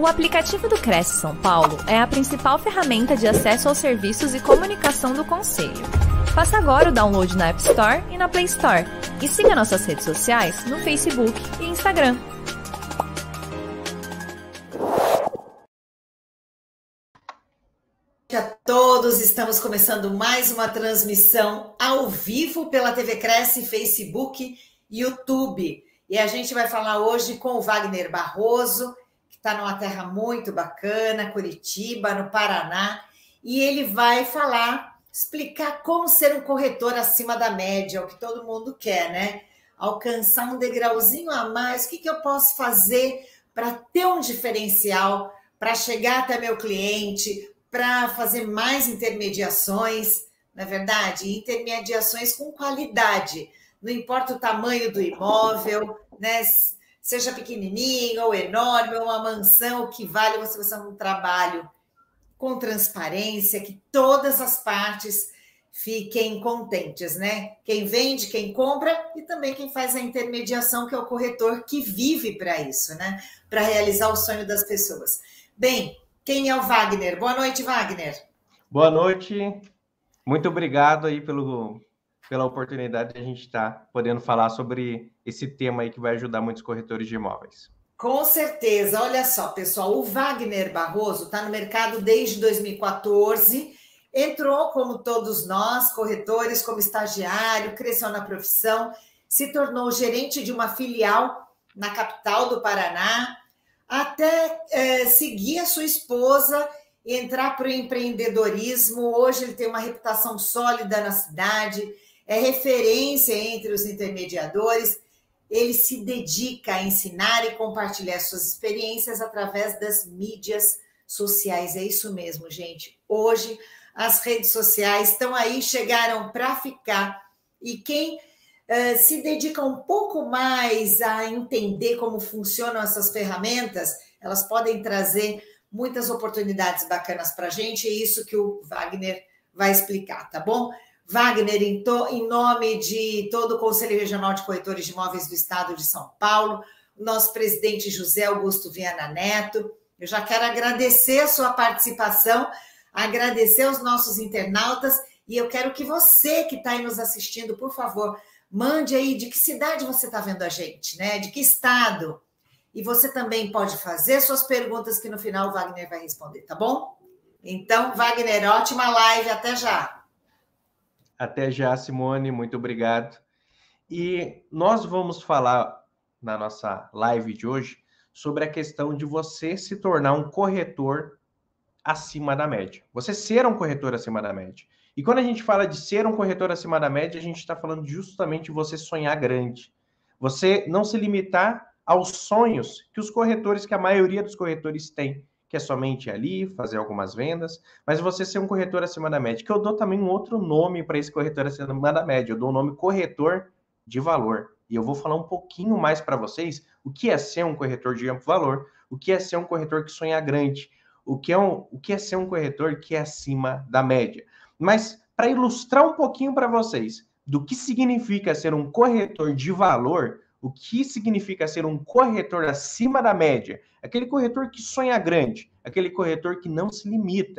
O aplicativo do Cresce São Paulo é a principal ferramenta de acesso aos serviços e comunicação do Conselho. Faça agora o download na App Store e na Play Store. E siga nossas redes sociais no Facebook e Instagram. A todos, estamos começando mais uma transmissão ao vivo pela TV Cresce, Facebook e YouTube. E a gente vai falar hoje com o Wagner Barroso, que está numa terra muito bacana, Curitiba, no Paraná, e ele vai explicar como ser um corretor acima da média, o que todo mundo quer, né? Alcançar um degrauzinho a mais, o que eu posso fazer para ter um diferencial, para chegar até meu cliente, para fazer mais intermediações, na verdade, intermediações com qualidade. Não importa o tamanho do imóvel, né? Seja pequenininho ou enorme, ou uma mansão, o que vale você fazer um trabalho com transparência, que todas as partes fiquem contentes, né? Quem vende, quem compra e também quem faz a intermediação, que é o corretor que vive para isso, né? Para realizar o sonho das pessoas. Bem, quem é o Wagner? Boa noite, Wagner. Boa noite. Muito obrigado aí pela oportunidade de a gente estar podendo falar sobre esse tema aí que vai ajudar muitos corretores de imóveis. Com certeza. Olha só, pessoal, o Wagner Barroso está no mercado desde 2014, entrou como todos nós, corretores, como estagiário, cresceu na profissão, se tornou gerente de uma filial na capital do Paraná, até seguir a sua esposa e entrar para o empreendedorismo. Hoje ele tem uma reputação sólida na cidade, é referência entre os intermediadores. Ele se dedica a ensinar e compartilhar suas experiências através das mídias sociais. É isso mesmo, gente. Hoje as redes sociais estão aí, chegaram para ficar. E quem se dedica um pouco mais a entender como funcionam essas ferramentas, elas podem trazer muitas oportunidades bacanas para a gente, é isso que o Wagner vai explicar, tá bom? Wagner, em nome de todo o Conselho Regional de Corretores de Imóveis do Estado de São Paulo, o nosso presidente José Augusto Viana Neto, eu já quero agradecer a sua participação, agradecer aos nossos internautas, e eu quero que você que está aí nos assistindo, por favor, mande aí de que cidade você está vendo a gente, né? De que estado? E você também pode fazer suas perguntas que no final o Wagner vai responder, tá bom? Então, Wagner, ótima live, até já. Até já, Simone, muito obrigado. E nós vamos falar na nossa live de hoje sobre a questão de você se tornar um corretor acima da média. Você ser um corretor acima da média. E quando a gente fala de ser um corretor acima da média, a gente está falando justamente de você sonhar grande. Você não se limitar aos sonhos que os corretores, que a maioria dos corretores tem, que é somente ali, fazer algumas vendas, mas você ser um corretor acima da média, que eu dou também um outro nome para esse corretor acima da média, eu dou o nome corretor de valor. E eu vou falar um pouquinho mais para vocês o que é ser um corretor de amplo valor, o que é ser um corretor que sonha grande, o que é ser um corretor que é acima da média. Mas para ilustrar um pouquinho para vocês do que significa ser um corretor de valor, o que significa ser um corretor acima da média, aquele corretor que sonha grande, aquele corretor que não se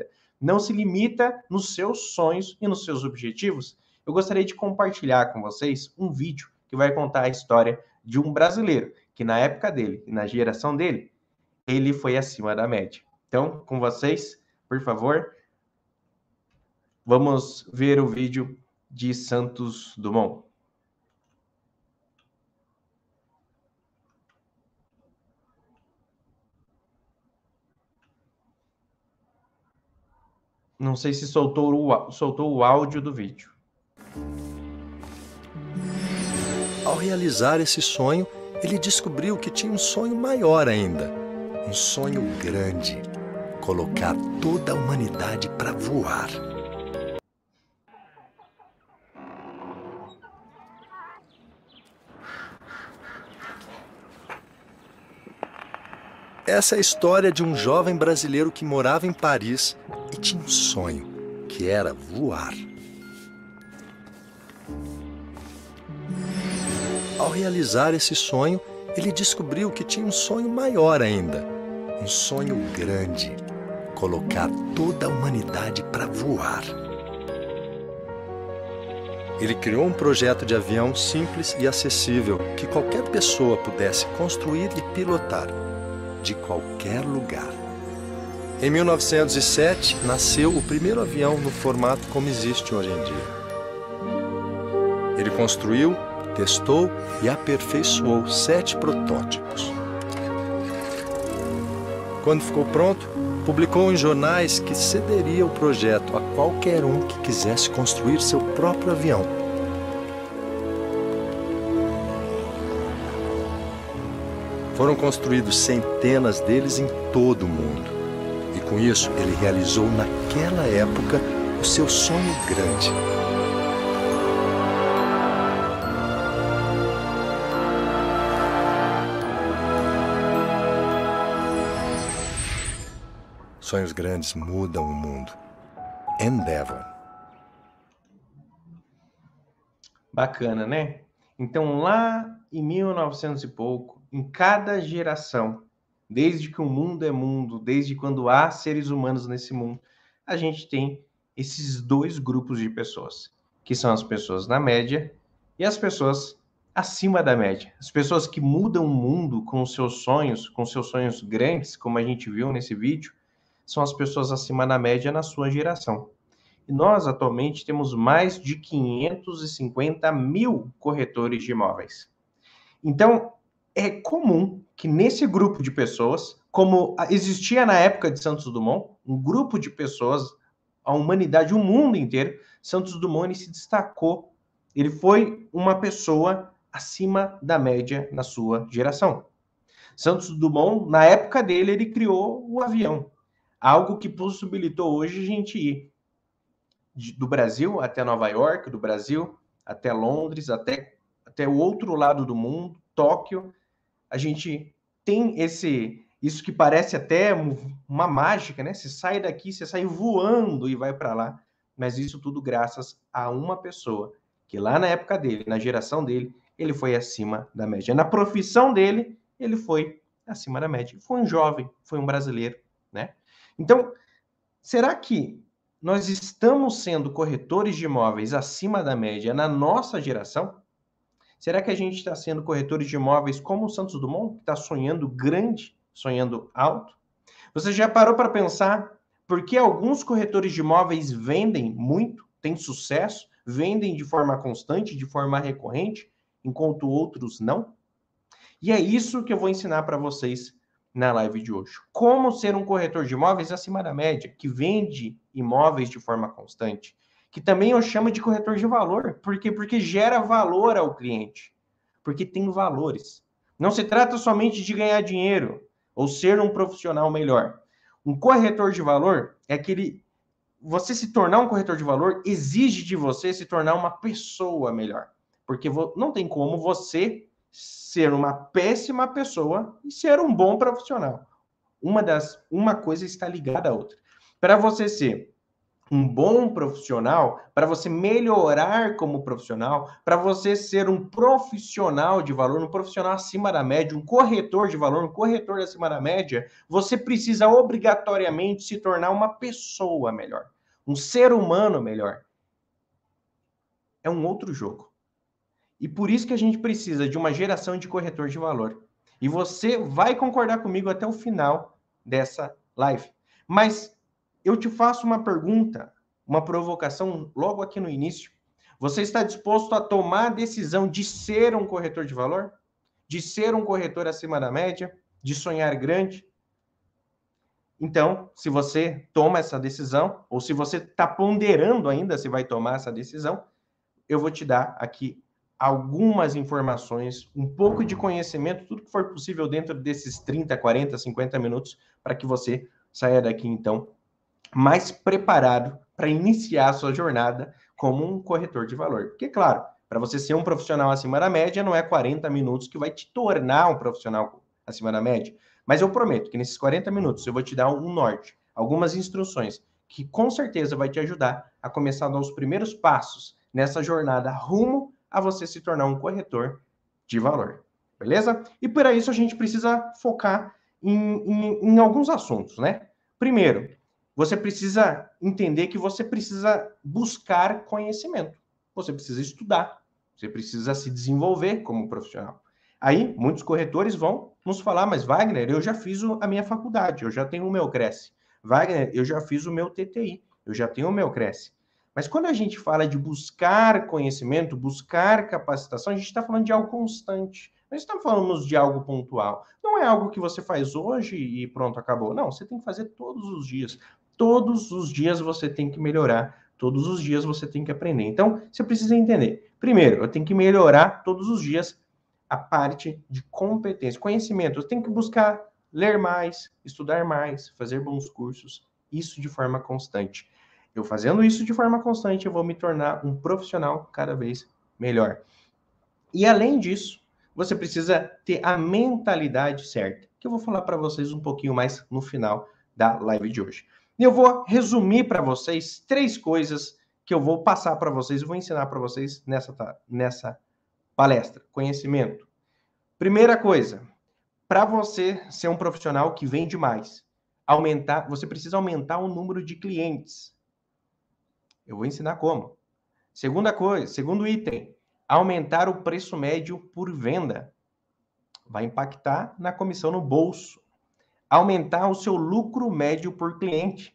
limita nos seus sonhos e nos seus objetivos, eu gostaria de compartilhar com vocês um vídeo que vai contar a história de um brasileiro que na época dele e na geração dele, ele foi acima da média. Então, com vocês, por favor, vamos ver o vídeo de Santos Dumont. Não sei se soltou o áudio do vídeo. Ao realizar esse sonho, ele descobriu que tinha um sonho maior ainda. Um sonho grande. Colocar toda a humanidade para voar. Essa é a história de um jovem brasileiro que morava em Paris e tinha um sonho, que era voar. Ao realizar esse sonho, ele descobriu que tinha um sonho maior ainda. um sonho grande, colocar toda a humanidade para voar. Ele criou um projeto de avião simples e acessível que qualquer pessoa pudesse construir e pilotar, de qualquer lugar. Em 1907, nasceu o primeiro avião no formato como existe hoje em dia. Ele construiu, testou e aperfeiçoou 7 protótipos. Quando ficou pronto, publicou em jornais que cederia o projeto a qualquer um que quisesse construir seu próprio avião. Foram construídos centenas deles em todo o mundo. E com isso, ele realizou naquela época o seu sonho grande. Sonhos grandes mudam o mundo. Endeavor. Bacana, né? Então, lá em 1900 e pouco, em cada geração, desde que o mundo é mundo, desde quando há seres humanos nesse mundo, a gente tem esses 2 grupos de pessoas, que são as pessoas na média e as pessoas acima da média. As pessoas que mudam o mundo com os seus sonhos grandes, como a gente viu nesse vídeo, são as pessoas acima da média na sua geração. E nós, atualmente, temos mais de 550 mil corretores de imóveis. Então, é comum que nesse grupo de pessoas, como existia na época de Santos Dumont, um grupo de pessoas, a humanidade, o mundo inteiro, Santos Dumont ele se destacou. Ele foi uma pessoa acima da média na sua geração. Santos Dumont, na época dele, ele criou o avião. Algo que possibilitou hoje a gente ir do Brasil até Nova York, do Brasil até Londres, até o outro lado do mundo, Tóquio. A gente tem isso que parece até uma mágica, né? Você sai daqui, você sai voando e vai para lá. Mas isso tudo graças a uma pessoa que lá na época dele, na geração dele, ele foi acima da média. Na profissão dele, ele foi acima da média. Foi um jovem, foi um brasileiro, né? Então, será que nós estamos sendo corretores de imóveis acima da média na nossa geração? Será que a gente está sendo corretores de imóveis como o Santos Dumont, que está sonhando grande, sonhando alto? Você já parou para pensar por que alguns corretores de imóveis vendem muito, têm sucesso, vendem de forma constante, de forma recorrente, enquanto outros não? E é isso que eu vou ensinar para vocês na live de hoje. Como ser um corretor de imóveis acima da média, que vende imóveis de forma constante, que também eu chamo de corretor de valor. Por quê? Porque gera valor ao cliente, porque tem valores. Não se trata somente de ganhar dinheiro ou ser um profissional melhor. Um corretor de valor é aquele... Você se tornar um corretor de valor exige de você se tornar uma pessoa melhor, porque não tem como você ser uma péssima pessoa e ser um bom profissional. Uma coisa está ligada à outra. Para você ser um bom profissional, para você melhorar como profissional, para você ser um profissional de valor, um profissional acima da média, um corretor de valor, um corretor acima da média, você precisa obrigatoriamente se tornar uma pessoa melhor, um ser humano melhor. É um outro jogo. E por isso que a gente precisa de uma geração de corretor de valor. E você vai concordar comigo até o final dessa live. Mas eu te faço uma pergunta, uma provocação logo aqui no início. Você está disposto a tomar a decisão de ser um corretor de valor? De ser um corretor acima da média? De sonhar grande? Então, se você toma essa decisão, ou se você está ponderando ainda se vai tomar essa decisão, eu vou te dar aqui algumas informações, um pouco de conhecimento, tudo que for possível dentro desses 30, 40, 50 minutos, para que você saia daqui, então, mais preparado para iniciar a sua jornada como um corretor de valor. Porque, claro, para você ser um profissional acima da média, não é 40 minutos que vai te tornar um profissional acima da média. Mas eu prometo que nesses 40 minutos eu vou te dar um norte, algumas instruções, que com certeza vai te ajudar a começar a dar os primeiros passos nessa jornada rumo a você se tornar um corretor de valor, beleza? E para isso a gente precisa focar em alguns assuntos, né? Primeiro, você precisa entender que você precisa buscar conhecimento. Você precisa estudar. Você precisa se desenvolver como profissional. Aí, muitos corretores vão nos falar, mas Wagner, eu já fiz a minha faculdade, eu já tenho o meu Cresce. Wagner, eu já fiz o meu TTI, eu já tenho o meu Cresce. Mas quando a gente fala de buscar conhecimento, buscar capacitação, a gente está falando de algo constante. Não estamos falando de algo pontual. Não é algo que você faz hoje e pronto, acabou. Não, você tem que fazer todos os dias. Todos os dias você tem que melhorar. Todos os dias você tem que aprender. Então, você precisa entender. Primeiro, eu tenho que melhorar todos os dias a parte de competência, conhecimento. Eu tenho que buscar ler mais, estudar mais, fazer bons cursos. Isso de forma constante. Eu fazendo isso de forma constante, eu vou me tornar um profissional cada vez melhor. E além disso, você precisa ter a mentalidade certa, que eu vou falar para vocês um pouquinho mais no final da live de hoje. E eu vou resumir para vocês 3 coisas que eu vou passar para vocês, vou ensinar para vocês nessa palestra. Conhecimento. Primeira coisa, para você ser um profissional que vende mais, você precisa aumentar o número de clientes. Eu vou ensinar como. Segunda coisa, segundo item, aumentar o preço médio por venda. Vai impactar na comissão no bolso. Aumentar o seu lucro médio por cliente.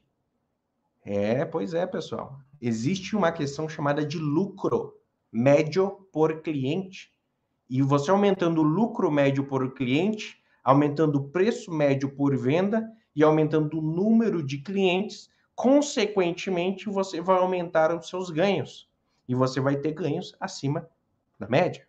Pois é, pessoal. Existe uma questão chamada de lucro médio por cliente. E você aumentando o lucro médio por cliente, aumentando o preço médio por venda e aumentando o número de clientes, consequentemente, você vai aumentar os seus ganhos. E você vai ter ganhos acima da média.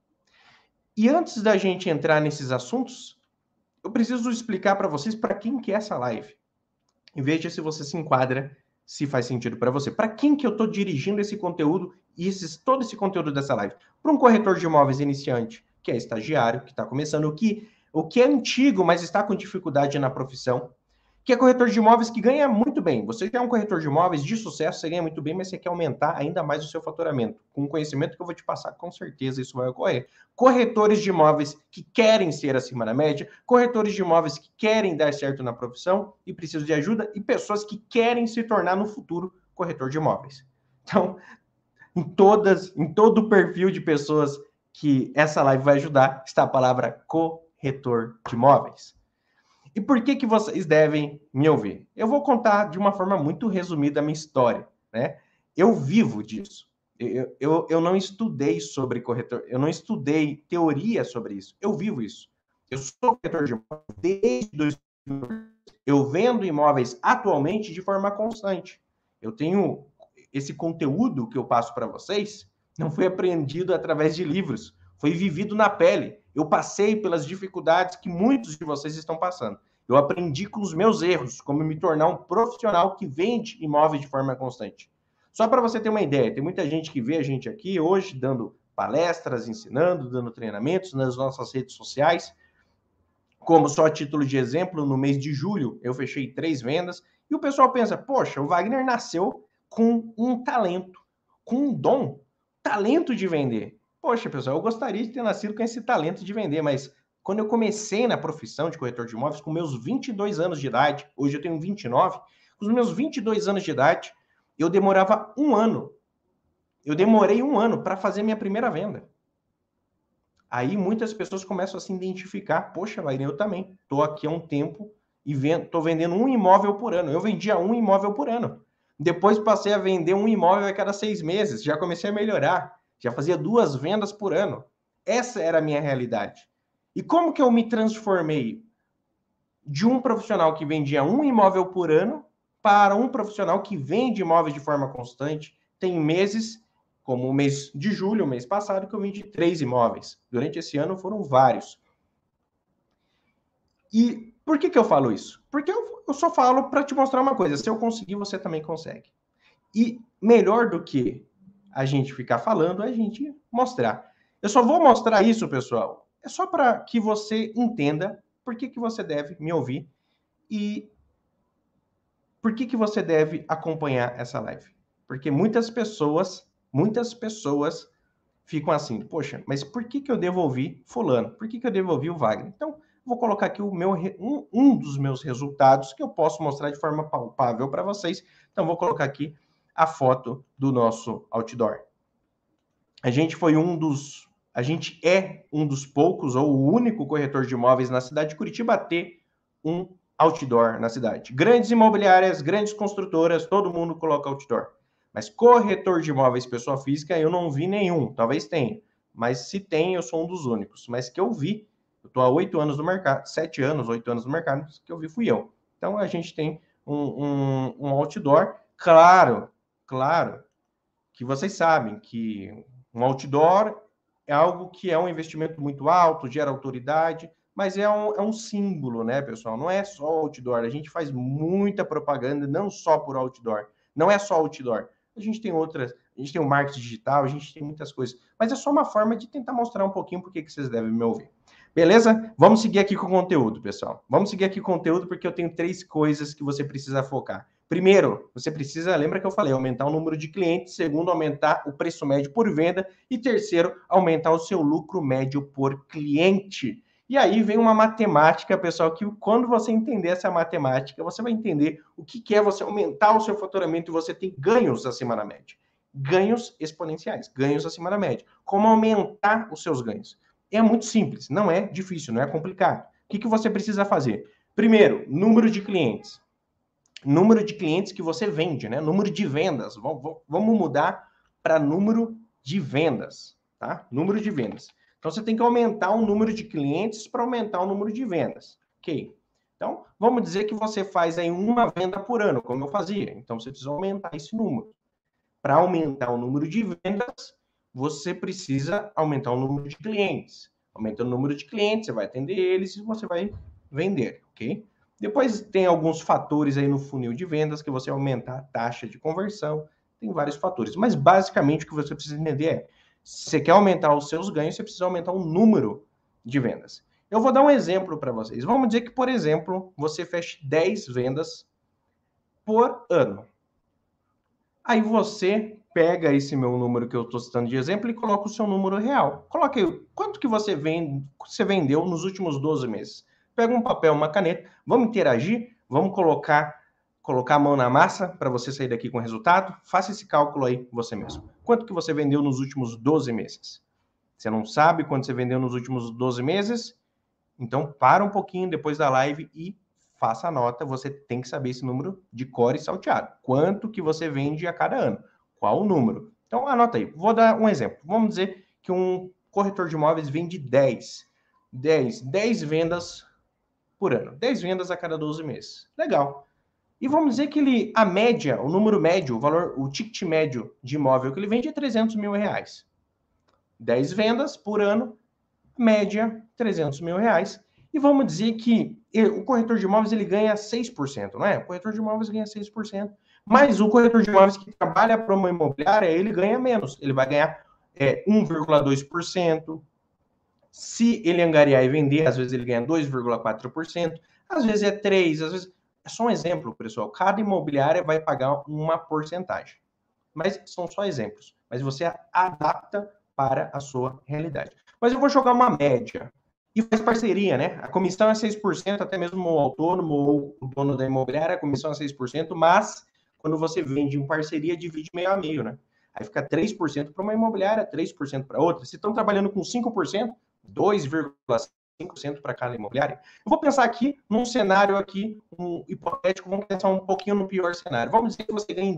E antes da gente entrar nesses assuntos, eu preciso explicar para vocês para quem que é essa live. E veja se você se enquadra, se faz sentido para você. Para quem que eu estou dirigindo esse conteúdo e todo esse conteúdo dessa live? Para um corretor de imóveis iniciante, que é estagiário, que está começando, o que é antigo, mas está com dificuldade na profissão, que é corretor de imóveis que ganha muito bem. Você que é um corretor de imóveis de sucesso, você ganha muito bem, mas você quer aumentar ainda mais o seu faturamento. Com o conhecimento que eu vou te passar, com certeza isso vai ocorrer. Corretores de imóveis que querem ser acima da média, corretores de imóveis que querem dar certo na profissão e precisam de ajuda, e pessoas que querem se tornar no futuro corretor de imóveis. Então, em todo o perfil de pessoas que essa live vai ajudar, está a palavra corretor de imóveis. E por que vocês devem me ouvir? Eu vou contar de uma forma muito resumida a minha história, né? Eu vivo disso. Eu não estudei sobre corretor, eu não estudei teoria sobre isso. Eu vivo isso. Eu sou corretor de imóveis desde 2000. Eu vendo imóveis atualmente de forma constante. Eu tenho esse conteúdo que eu passo para vocês, não foi aprendido através de livros, foi vivido na pele. Eu passei pelas dificuldades que muitos de vocês estão passando. Eu aprendi com os meus erros, como me tornar um profissional que vende imóveis de forma constante. Só para você ter uma ideia, tem muita gente que vê a gente aqui hoje dando palestras, ensinando, dando treinamentos nas nossas redes sociais. Como só a título de exemplo, no mês de julho eu fechei 3 vendas e o pessoal pensa, poxa, o Wagner nasceu com um talento, com um dom, talento de vender. Poxa, pessoal, eu gostaria de ter nascido com esse talento de vender, mas quando eu comecei na profissão de corretor de imóveis, com meus 22 anos de idade, hoje eu tenho 29, com os meus 22 anos de idade, eu demorava 1 ano. Eu demorei 1 ano para fazer minha primeira venda. Aí muitas pessoas começam a se identificar, poxa, Wagner, eu também estou aqui há um tempo e estou vendendo 1 imóvel por ano. Eu vendia 1 imóvel por ano. Depois passei a vender 1 imóvel a cada 6 meses, já comecei a melhorar. Já fazia 2 vendas por ano. Essa era a minha realidade. E como que eu me transformei de um profissional que vendia 1 imóvel por ano para um profissional que vende imóveis de forma constante? Tem meses, como o mês de julho, o mês passado, que eu vendi 3 imóveis. Durante esse ano foram vários. E por que eu falo isso? Porque eu só falo para te mostrar uma coisa. Se eu conseguir, você também consegue. E melhor do que a gente ficar falando, é a gente mostrar. Eu só vou mostrar isso, pessoal, é só para que você entenda por que você deve me ouvir e por que você deve acompanhar essa live. Porque muitas pessoas ficam assim, poxa, mas por que eu devo ouvir fulano? Por que eu devo ouvir o Wagner? Então, Vou colocar aqui um dos meus resultados que eu posso mostrar de forma palpável para vocês. Então, vou colocar aqui a foto do nosso outdoor. A gente é um dos poucos, ou o único corretor de imóveis na cidade de Curitiba a ter um outdoor na cidade. Grandes imobiliárias, grandes construtoras, todo mundo coloca outdoor. Mas corretor de imóveis pessoa física, eu não vi nenhum, talvez tenha. Mas se tem, eu sou um dos únicos. Mas que eu vi, eu estou há 8 anos no mercado, 7 anos, 8 anos no mercado, que eu vi fui eu. Então, a gente tem um outdoor. Claro que vocês sabem que um outdoor é algo que é um investimento muito alto, gera autoridade, mas é um símbolo, né, pessoal? Não é só outdoor. A gente faz muita propaganda, não só por outdoor. Não é só outdoor. A gente tem outras, a gente tem o marketing digital, a gente tem muitas coisas. Mas é só uma forma de tentar mostrar um pouquinho por que vocês devem me ouvir. Beleza? Vamos seguir aqui com o conteúdo, pessoal. Vamos seguir aqui com o conteúdo porque eu tenho 3 coisas que você precisa focar. Primeiro, você precisa, lembra que eu falei, aumentar o número de clientes. Segundo, aumentar o preço médio por venda. E terceiro, aumentar o seu lucro médio por cliente. E aí vem uma matemática, pessoal, que quando você entender essa matemática, você vai entender o que é você aumentar o seu faturamento e você ter ganhos acima da média. Ganhos exponenciais, ganhos acima da média. Como aumentar os seus ganhos? É muito simples, não é difícil, não é complicado. O que você precisa fazer? Primeiro, número de clientes. Número de clientes que você vende, né? Número de vendas. Vamos mudar para número de vendas, tá? Número de vendas. Então, você tem que aumentar o número de clientes para aumentar o número de vendas. Ok? Então, vamos dizer que você faz aí uma venda por ano, como eu fazia. Então, você precisa aumentar esse número. Para aumentar o número de vendas, você precisa aumentar o número de clientes. Aumentando o número de clientes, você vai atender eles e você vai vender, ok? Depois tem alguns fatores aí no funil de vendas que você aumentar a taxa de conversão. Tem vários fatores. Mas, basicamente, o que você precisa entender é se você quer aumentar os seus ganhos, você precisa aumentar o número de vendas. Eu vou dar um exemplo para vocês. Vamos dizer que, por exemplo, você feche 10 vendas por ano. Aí você pega esse meu número que eu estou citando de exemplo e coloca o seu número real. Coloque aí, quanto que você vendeu nos últimos 12 meses. Pega um papel, uma caneta, vamos interagir, vamos colocar a mão na massa para você sair daqui com o resultado. Faça esse cálculo aí você mesmo. Quanto que você vendeu nos últimos 12 meses? Você não sabe quanto você vendeu nos últimos 12 meses? Então, para um pouquinho depois da live e faça a nota. Você tem que saber esse número de cor e salteado. Quanto que você vende a cada ano? Qual o número? Então, anota aí. Vou dar um exemplo. Vamos dizer que um corretor de imóveis vende 10 vendas por ano. 10 vendas a cada 12 meses. Legal. E vamos dizer que a média, o número médio, o ticket médio de imóvel que ele vende é 300 mil reais. 10 vendas por ano, média 300 mil reais. E vamos dizer que o corretor de imóveis ele ganha 6%, não é? O corretor de imóveis ganha 6%. Mas o corretor de imóveis que trabalha para uma imobiliária, ele ganha menos. Ele vai ganhar 1,2%. Se ele angariar e vender, às vezes ele ganha 2,4%. Às vezes é 3%, às vezes... É só um exemplo, pessoal. Cada imobiliária vai pagar uma porcentagem. Mas são só exemplos. Mas você adapta para a sua realidade. Mas eu vou jogar uma média. E faz parceria, né? A comissão é 6%, até mesmo o autônomo ou o dono da imobiliária, a comissão é 6%, mas quando você vende em parceria, divide meio a meio, né? Aí fica 3% para uma imobiliária, 3% para outra. Se estão trabalhando com 5%, 2,5% para cada imobiliária. Eu vou pensar aqui num cenário aqui, hipotético, vamos pensar um pouquinho no pior cenário. Vamos dizer que você ganha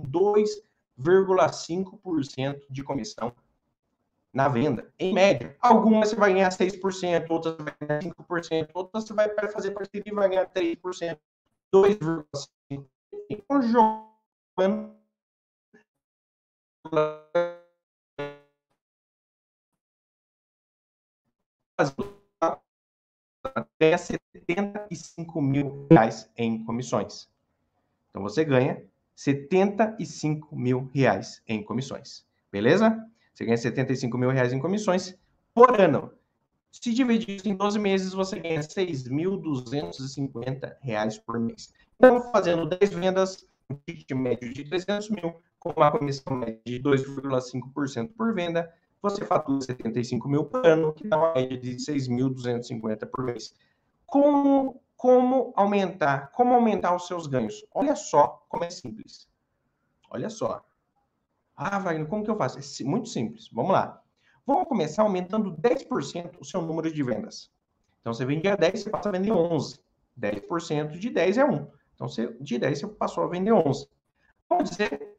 2,5% de comissão na venda, em média. Algumas você vai ganhar 6%, outras você vai ganhar 5%, outras você vai fazer parceria e vai ganhar 3%, 2,5%. Então, jogando até 75 mil reais em comissões. Então, você ganha 75 mil reais em comissões. Beleza? Você ganha 75 mil reais em comissões por ano. Se dividir isso em 12 meses, você ganha 6.250 reais por mês. Então, fazendo 10 vendas, um ticket médio de 300 mil, com uma comissão média de 2,5% por venda, você fatura 75 mil por ano, que dá uma média de 6.250 por mês. Como aumentar os seus ganhos? Olha só como é simples. Olha só. Ah, Wagner, como que eu faço? É muito simples. Vamos lá. Vamos começar aumentando 10% o seu número de vendas. Então, você vendia 10, você passa a vender 11. 10% de 10 é 1. Então, de 10 você passou a vender 11. Vamos dizer,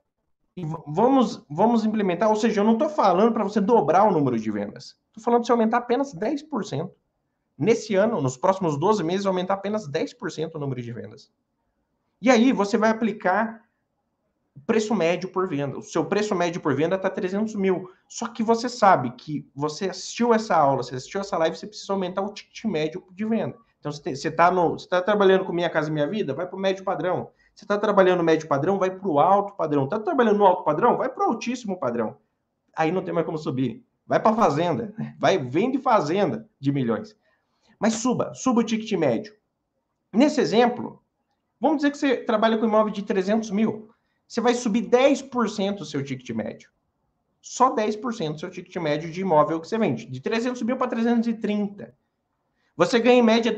vamos implementar, ou seja, eu não estou falando para você dobrar o número de vendas. Estou falando para você aumentar apenas 10%. Nesse ano, nos próximos 12 meses, aumentar apenas 10% o número de vendas. E aí, você vai aplicar o preço médio por venda. O seu preço médio por venda está 300 mil. Só que você sabe que você assistiu essa aula, você assistiu essa live, você precisa aumentar o ticket médio de venda. Então, você está trabalhando com Minha Casa Minha Vida, vai para o médio padrão. Você está trabalhando no médio padrão, vai para o alto padrão. Está trabalhando no alto padrão, vai para o altíssimo padrão. Aí não tem mais como subir. Vai para a fazenda. Vende fazenda de milhões. Mas suba o ticket médio. Nesse exemplo, vamos dizer que você trabalha com imóvel de 300 mil. Você vai subir 10% o seu ticket médio. Só 10% do seu ticket médio de imóvel que você vende. De 300 mil para 330. Você ganha em média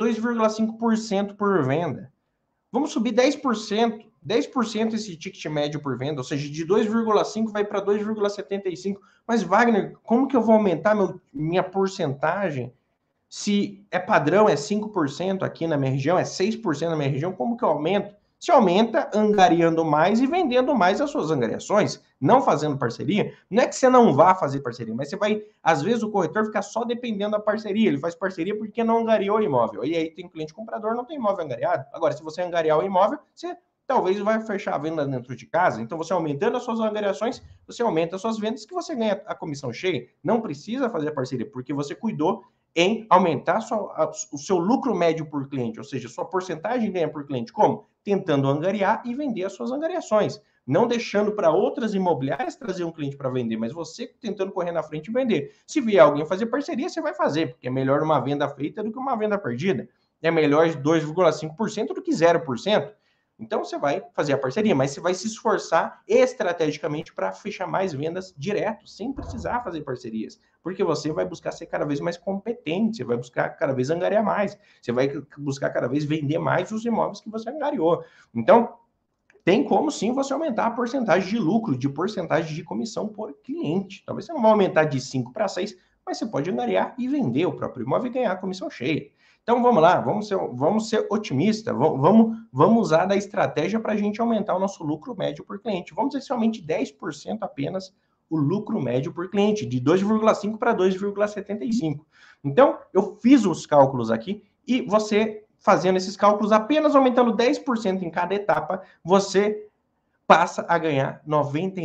2,5% por venda. Vamos subir 10%. 10% esse ticket médio por venda. Ou seja, de 2,5 vai para 2,75. Mas, Wagner, como que eu vou aumentar minha porcentagem? Se é padrão, é 5% aqui na minha região, é 6% na minha região, como que eu aumento? Se aumenta angariando mais e vendendo mais as suas angariações, não fazendo parceria. Não é que você não vá fazer parceria, mas você vai, às vezes o corretor fica só dependendo da parceria. Ele faz parceria porque não angariou o imóvel. E aí tem cliente comprador, não tem imóvel angariado. Agora, se você angariar o imóvel, você talvez vai fechar a venda dentro de casa. Então, você aumentando as suas angariações, você aumenta as suas vendas, que você ganha a comissão cheia. Não precisa fazer parceria, porque você cuidou em aumentar o seu lucro médio por cliente, ou seja, sua porcentagem de ganho por cliente. Como? Tentando angariar e vender as suas angariações. Não deixando para outras imobiliárias trazer um cliente para vender, mas você tentando correr na frente e vender. Se vier alguém fazer parceria, você vai fazer, porque é melhor uma venda feita do que uma venda perdida. É melhor 2,5% do que 0%. Então, você vai fazer a parceria, mas você vai se esforçar estrategicamente para fechar mais vendas direto, sem precisar fazer parcerias. Porque você vai buscar ser cada vez mais competente, você vai buscar cada vez angariar mais, você vai buscar cada vez vender mais os imóveis que você angariou. Então, tem como sim você aumentar a porcentagem de lucro, de porcentagem de comissão por cliente. Talvez você não vai aumentar de 5 para 6, mas você pode angariar e vender o próprio imóvel e ganhar a comissão cheia. Então, vamos lá, vamos ser otimistas, vamos usar da estratégia para a gente aumentar o nosso lucro médio por cliente. Vamos dizer, somente 10% apenas o lucro médio por cliente, de 2,5 para 2,75. Então, eu fiz os cálculos aqui e você, fazendo esses cálculos, apenas aumentando 10% em cada etapa, você passa a ganhar R$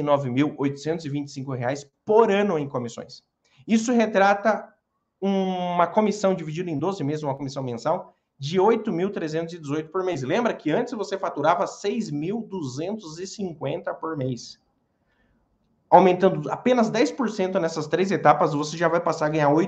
99.825 por ano em comissões. Isso retrata uma comissão dividida em 12 meses, uma comissão mensal, de R$ 8.318 por mês. Lembra que antes você faturava R$ 6.250 por mês. Aumentando apenas 10% nessas 3 etapas, você já vai passar a ganhar R$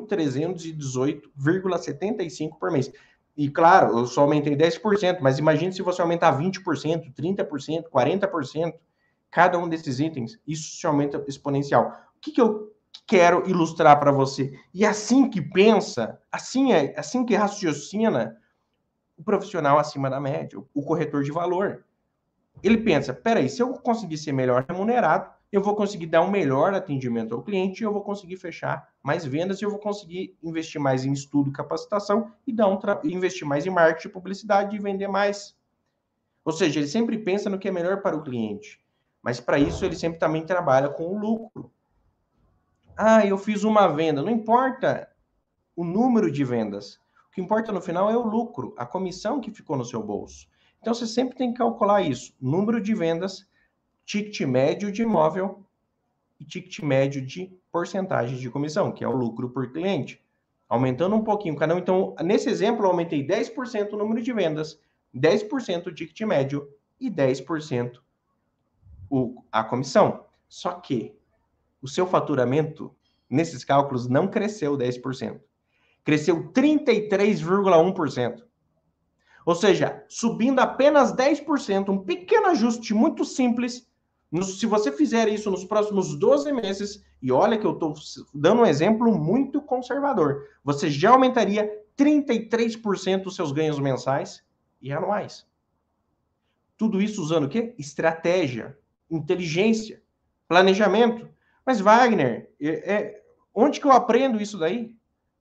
8.318,75 por mês. E claro, eu só aumentei 10%, mas imagine se você aumentar 20%, 30%, 40%, cada um desses itens, isso se aumenta exponencial. O que eu quero ilustrar para você? E assim que pensa, assim que raciocina o profissional acima da média, o corretor de valor. Ele pensa, peraí, se eu conseguir ser melhor remunerado, eu vou conseguir dar um melhor atendimento ao cliente, eu vou conseguir fechar mais vendas, eu vou conseguir investir mais em estudo e capacitação e investir mais em marketing, publicidade e vender mais. Ou seja, ele sempre pensa no que é melhor para o cliente. Mas para isso ele sempre também trabalha com o lucro. Ah, eu fiz uma venda. Não importa o número de vendas. O que importa no final é o lucro, a comissão que ficou no seu bolso. Então, você sempre tem que calcular isso. Número de vendas, ticket médio de imóvel e ticket médio de porcentagem de comissão, que é o lucro por cliente. Aumentando um pouquinho cada um. Então, nesse exemplo, eu aumentei 10% o número de vendas, 10% o ticket médio e 10% a comissão. Só que o seu faturamento, nesses cálculos, não cresceu 10%. Cresceu 33,1%. Ou seja, subindo apenas 10%, um pequeno ajuste muito simples. Se você fizer isso nos próximos 12 meses, e olha que eu estou dando um exemplo muito conservador, você já aumentaria 33% dos seus ganhos mensais e anuais. Tudo isso usando o quê? Estratégia, inteligência, planejamento. Mas, Wagner, onde que eu aprendo isso daí?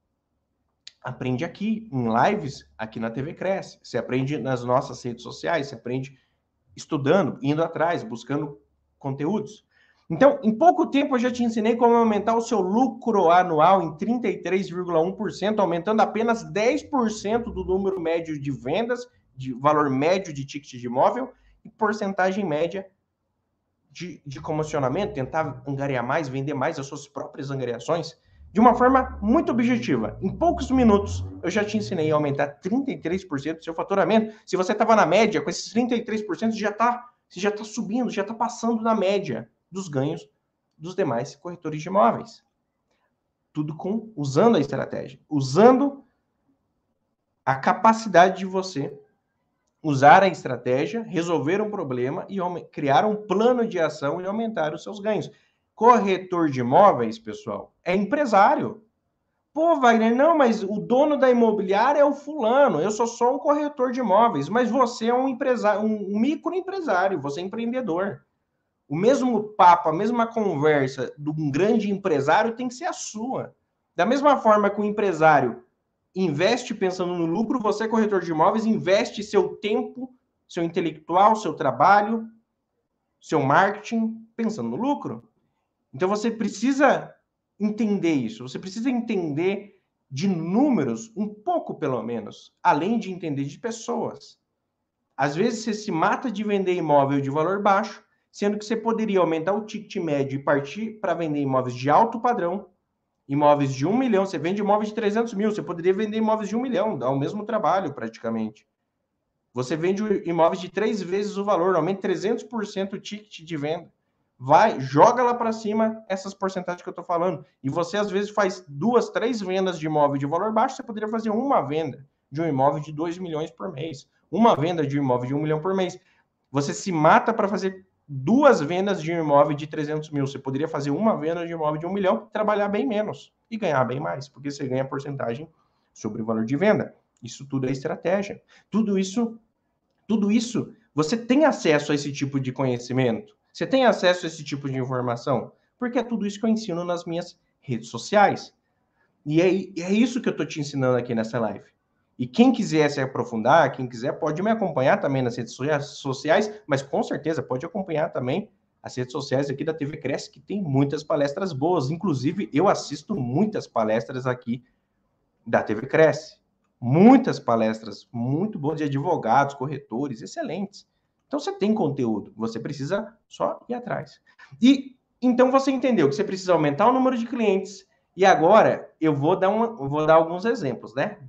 Aprende aqui, em lives, aqui na TV Cresce. Você aprende nas nossas redes sociais, você aprende estudando, indo atrás, buscando conteúdos. Então, em pouco tempo eu já te ensinei como aumentar o seu lucro anual em 33,1%, aumentando apenas 10% do número médio de vendas, de valor médio de ticket de imóvel e porcentagem média de comissionamento, tentar angariar mais, vender mais as suas próprias angariações, de uma forma muito objetiva. Em poucos minutos, eu já te ensinei a aumentar 33% do seu faturamento. Se você estava na média, com esses 33%, você já está subindo, já está passando na média dos ganhos dos demais corretores de imóveis. Tudo usando a estratégia, usando a capacidade de você usar a estratégia, resolver um problema e criar um plano de ação e aumentar os seus ganhos. Corretor de imóveis, pessoal, é empresário. Pô, Wagner, não, mas o dono da imobiliária é o fulano, eu sou só um corretor de imóveis, mas você é um empresário, um microempresário, você é empreendedor. O mesmo papo, a mesma conversa de um grande empresário tem que ser a sua. Da mesma forma que o empresário investe pensando no lucro, você, corretor de imóveis, investe seu tempo, seu intelectual, seu trabalho, seu marketing, pensando no lucro. Então, você precisa entender isso. Você precisa entender de números, um pouco pelo menos, além de entender de pessoas. Às vezes, você se mata de vender imóvel de valor baixo, sendo que você poderia aumentar o ticket médio e partir para vender imóveis de alto padrão, imóveis de 1 milhão, você vende imóveis de 300 mil, você poderia vender imóveis de 1 milhão, dá o mesmo trabalho praticamente. Você vende imóveis de 3 vezes o valor, aumenta 300% o ticket de venda. Vai, joga lá para cima essas porcentagens que eu estou falando. E você, às vezes, faz 2, 3 vendas de imóvel de valor baixo, você poderia fazer uma venda de um imóvel de 2 milhões por mês. Uma venda de um imóvel de 1 milhão por mês. Você se mata para fazer 2 vendas de um imóvel de 300 mil. Você poderia fazer uma venda de um imóvel de 1 milhão, trabalhar bem menos e ganhar bem mais, porque você ganha porcentagem sobre o valor de venda. Isso tudo é estratégia. Tudo isso, você tem acesso a esse tipo de conhecimento? Você tem acesso a esse tipo de informação? Porque é tudo isso que eu ensino nas minhas redes sociais. E é isso que eu estou te ensinando aqui nessa live. E quem quiser se aprofundar, quem quiser pode me acompanhar também nas redes sociais, mas com certeza pode acompanhar também as redes sociais aqui da TV Cresce, que tem muitas palestras boas. Inclusive, eu assisto muitas palestras aqui da TV Cresce. Muitas palestras muito boas de advogados, corretores, excelentes. Então, você tem conteúdo, você precisa só ir atrás. E então você entendeu que você precisa aumentar o número de clientes. E agora eu vou dar alguns exemplos, né?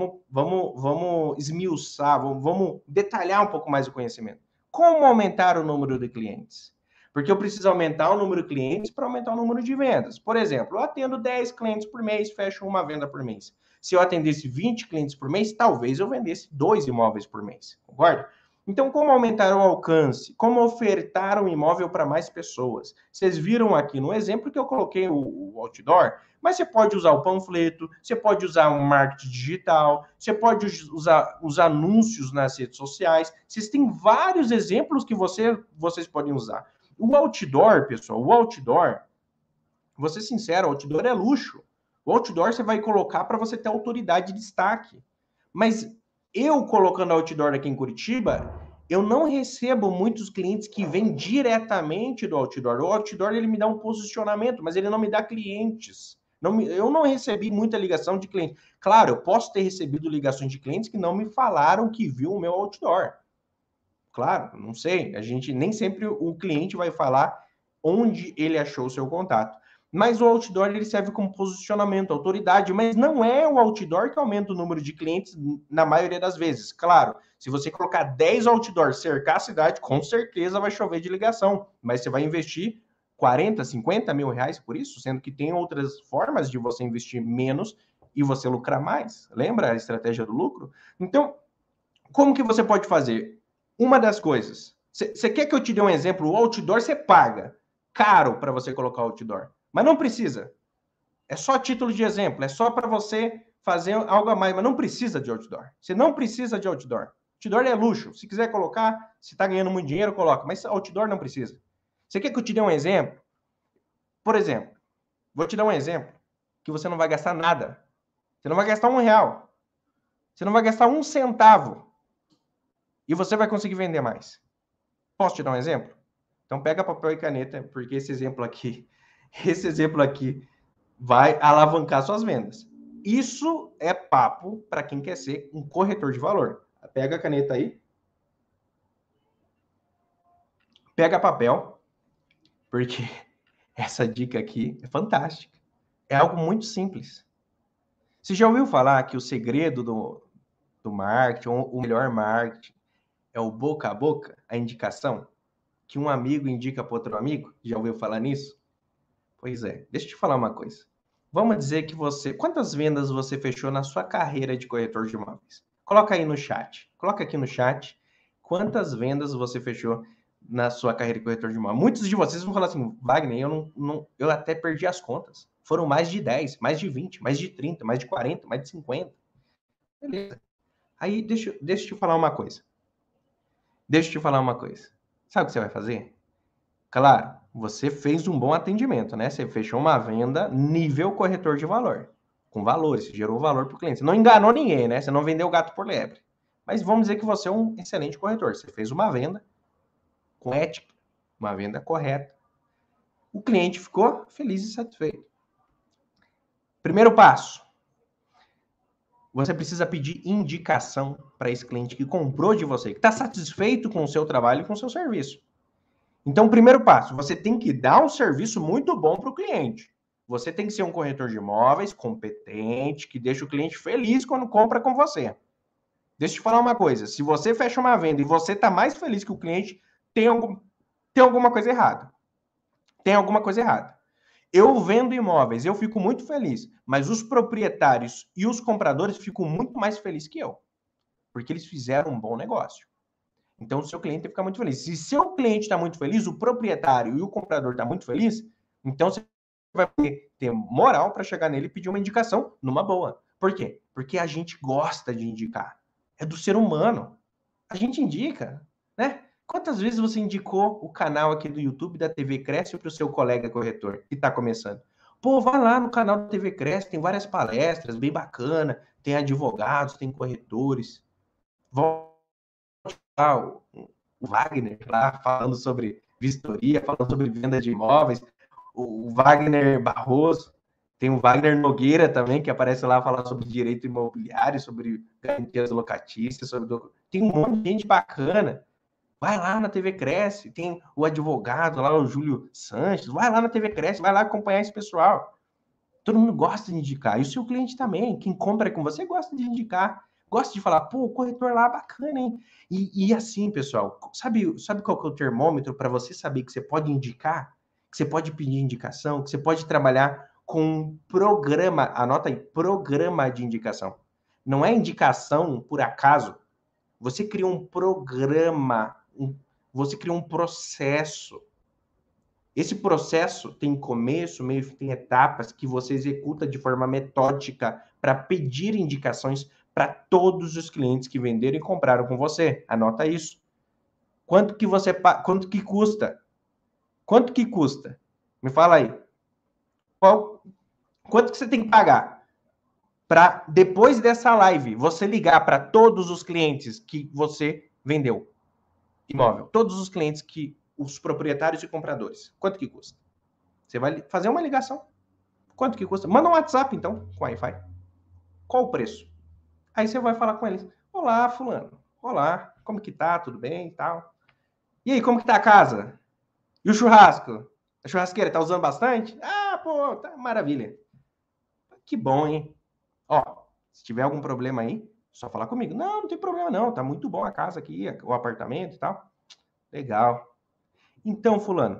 Vamos esmiuçar, vamos detalhar um pouco mais o conhecimento. Como aumentar o número de clientes? Porque eu preciso aumentar o número de clientes para aumentar o número de vendas. Por exemplo, eu atendo 10 clientes por mês, fecho uma venda por mês. Se eu atendesse 20 clientes por mês, talvez eu vendesse 2 imóveis por mês. Concorda? Então, como aumentar o alcance? Como ofertar um imóvel para mais pessoas? Vocês viram aqui no exemplo que eu coloquei o outdoor, mas você pode usar o panfleto, você pode usar um marketing digital, você pode usar os anúncios nas redes sociais. Vocês têm vários exemplos que vocês podem usar. O outdoor, pessoal, vou ser sincero, o outdoor é luxo. O outdoor você vai colocar para você ter autoridade de destaque. Mas eu colocando outdoor aqui em Curitiba, eu não recebo muitos clientes que vêm diretamente do outdoor. O outdoor, ele me dá um posicionamento, mas ele não me dá clientes. Eu não recebi muita ligação de clientes. Claro, eu posso ter recebido ligações de clientes que não me falaram que viu o meu outdoor. Claro, não sei. A gente nem sempre o cliente vai falar onde ele achou o seu contato. Mas o outdoor, ele serve como posicionamento, autoridade, mas não é o outdoor que aumenta o número de clientes na maioria das vezes. Claro, se você colocar 10 outdoors, cercar a cidade, com certeza vai chover de ligação, mas você vai investir 40, 50 mil reais por isso, sendo que tem outras formas de você investir menos e você lucrar mais. Lembra a estratégia do lucro? Então, como que você pode fazer? Uma das coisas, você quer que eu te dê um exemplo? O outdoor você paga caro para você colocar outdoor. Mas não precisa. É só título de exemplo. É só para você fazer algo a mais, mas não precisa de outdoor. Você não precisa de outdoor. Outdoor é luxo. Se quiser colocar, se está ganhando muito dinheiro, coloca. Mas outdoor não precisa. Você quer que eu te dê um exemplo? Por exemplo, vou te dar um exemplo que você não vai gastar nada. Você não vai gastar R$1. Você não vai gastar 1 centavo. E você vai conseguir vender mais. Posso te dar um exemplo? Então pega papel e caneta, porque esse exemplo aqui vai alavancar suas vendas. Isso é papo para quem quer ser um corretor de valor. Pega a caneta aí. Pega papel, porque essa dica aqui é fantástica. É algo muito simples. Você já ouviu falar que o segredo do marketing, ou o melhor marketing, é o boca a boca, a indicação? Que um amigo indica para outro amigo? Já ouviu falar nisso? Pois é. Deixa eu te falar uma coisa. Vamos dizer que quantas vendas você fechou na sua carreira de corretor de imóveis? Coloca aí no chat. Coloca aqui no chat quantas vendas você fechou na sua carreira de corretor de imóveis. Muitos de vocês vão falar assim, Wagner, eu até perdi as contas. Foram mais de 10, mais de 20, mais de 30, mais de 40, mais de 50. Beleza. Aí, deixa eu te falar uma coisa. Sabe o que você vai fazer? Claro, você fez um bom atendimento, né? Você fechou uma venda nível corretor de valor. Com valores, você gerou valor para o cliente. Você não enganou ninguém, né? Você não vendeu gato por lebre. Mas vamos dizer que você é um excelente corretor. Você fez uma venda com ética, uma venda correta. O cliente ficou feliz e satisfeito. Primeiro passo. Você precisa pedir indicação para esse cliente que comprou de você, que está satisfeito com o seu trabalho e com o seu serviço. Então, primeiro passo, você tem que dar um serviço muito bom para o cliente. Você tem que ser um corretor de imóveis competente, que deixa o cliente feliz quando compra com você. Deixa eu te falar uma coisa, se você fecha uma venda e você está mais feliz que o cliente, tem alguma coisa errada. Tem alguma coisa errada. Eu vendo imóveis, eu fico muito feliz, mas os proprietários e os compradores ficam muito mais felizes que eu, porque eles fizeram um bom negócio. Então, o seu cliente fica muito feliz. Se seu cliente está muito feliz, o proprietário e o comprador está muito feliz, então você vai ter moral para chegar nele e pedir uma indicação numa boa. Por quê? Porque a gente gosta de indicar. É do ser humano. A gente indica, né? Quantas vezes você indicou o canal aqui do YouTube da TV Cresce para o seu colega corretor que está começando? Pô, vai lá no canal da TV Cresce, tem várias palestras bem bacana, tem advogados, tem corretores. O Wagner lá falando sobre vistoria, falando sobre venda de imóveis, o Wagner Barroso, tem o Wagner Nogueira também, que aparece lá falando sobre direito imobiliário, sobre garantias locatícias, tem um monte de gente bacana. Vai lá na TV Cresce, tem o advogado lá, o Júlio Sanches, vai lá na TV Cresce, vai lá acompanhar esse pessoal. Todo mundo gosta de indicar, e o seu cliente também, quem compra com você gosta de indicar. Gosta de falar, pô, o corretor lá é bacana, hein? E assim, pessoal, sabe qual que é o termômetro para você saber que você pode indicar, que você pode pedir indicação, que você pode trabalhar com um programa, anota aí, programa de indicação. Não é indicação por acaso. Você cria um programa, você cria um processo. Esse processo tem começo, meio e tem etapas que você executa de forma metódica para pedir indicações para todos os clientes que venderam e compraram com você. Anota isso. Quanto que custa? Quanto que custa? Me fala aí. Quanto que você tem que pagar para, depois dessa live, você ligar para todos os clientes que você vendeu imóvel? Todos os clientes os proprietários e compradores. Quanto que custa? Você vai fazer uma ligação. Quanto que custa? Manda um WhatsApp, então, com Wi-Fi. Qual o preço? Aí você vai falar com eles. Olá, fulano. Olá, como que tá? Tudo bem e tal? E aí, como que tá a casa? E o churrasco? A churrasqueira tá usando bastante? Ah, pô, tá maravilha. Que bom, hein? Ó, se tiver algum problema aí, só falar comigo. Não, não tem problema não. Tá muito bom a casa aqui, o apartamento e tal. Legal. Então, fulano,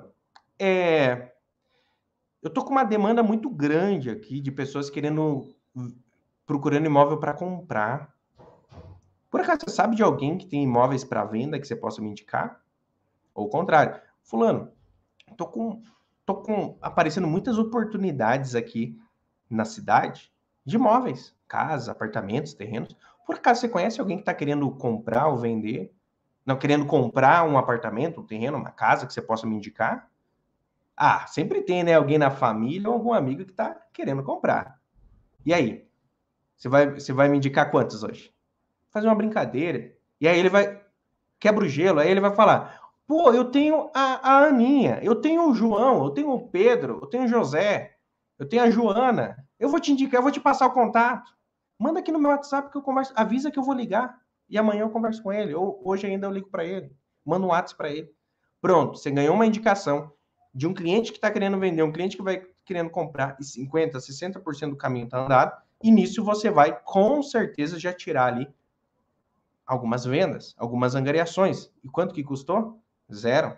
eu tô com uma demanda muito grande aqui de pessoas procurando imóvel para comprar. Por acaso você sabe de alguém que tem imóveis para venda que você possa me indicar? Ou o contrário, fulano, tô com aparecendo muitas oportunidades aqui na cidade de imóveis, casas, apartamentos, terrenos. Por acaso você conhece alguém que está querendo comprar ou vender? Não, querendo comprar um apartamento, um terreno, uma casa que você possa me indicar? Ah, sempre tem, né? Alguém na família ou algum amigo que está querendo comprar. E aí? Você vai me indicar quantos hoje? Fazer uma brincadeira. E aí ele vai... Quebra o gelo. Aí ele vai falar... Pô, eu tenho a Aninha, eu tenho o João, eu tenho o Pedro, eu tenho o José, eu tenho a Joana. Eu vou te indicar, eu vou te passar o contato. Manda aqui no meu WhatsApp que eu converso. Avisa que eu vou ligar. E amanhã eu converso com ele. Ou hoje ainda eu ligo para ele. Manda um WhatsApp para ele. Pronto, você ganhou uma indicação de um cliente que está querendo vender, um cliente que vai querendo comprar, e 50%, 60% do caminho está andado. E nisso você vai, com certeza, já tirar ali algumas vendas, algumas angariações. E quanto que custou? Zero.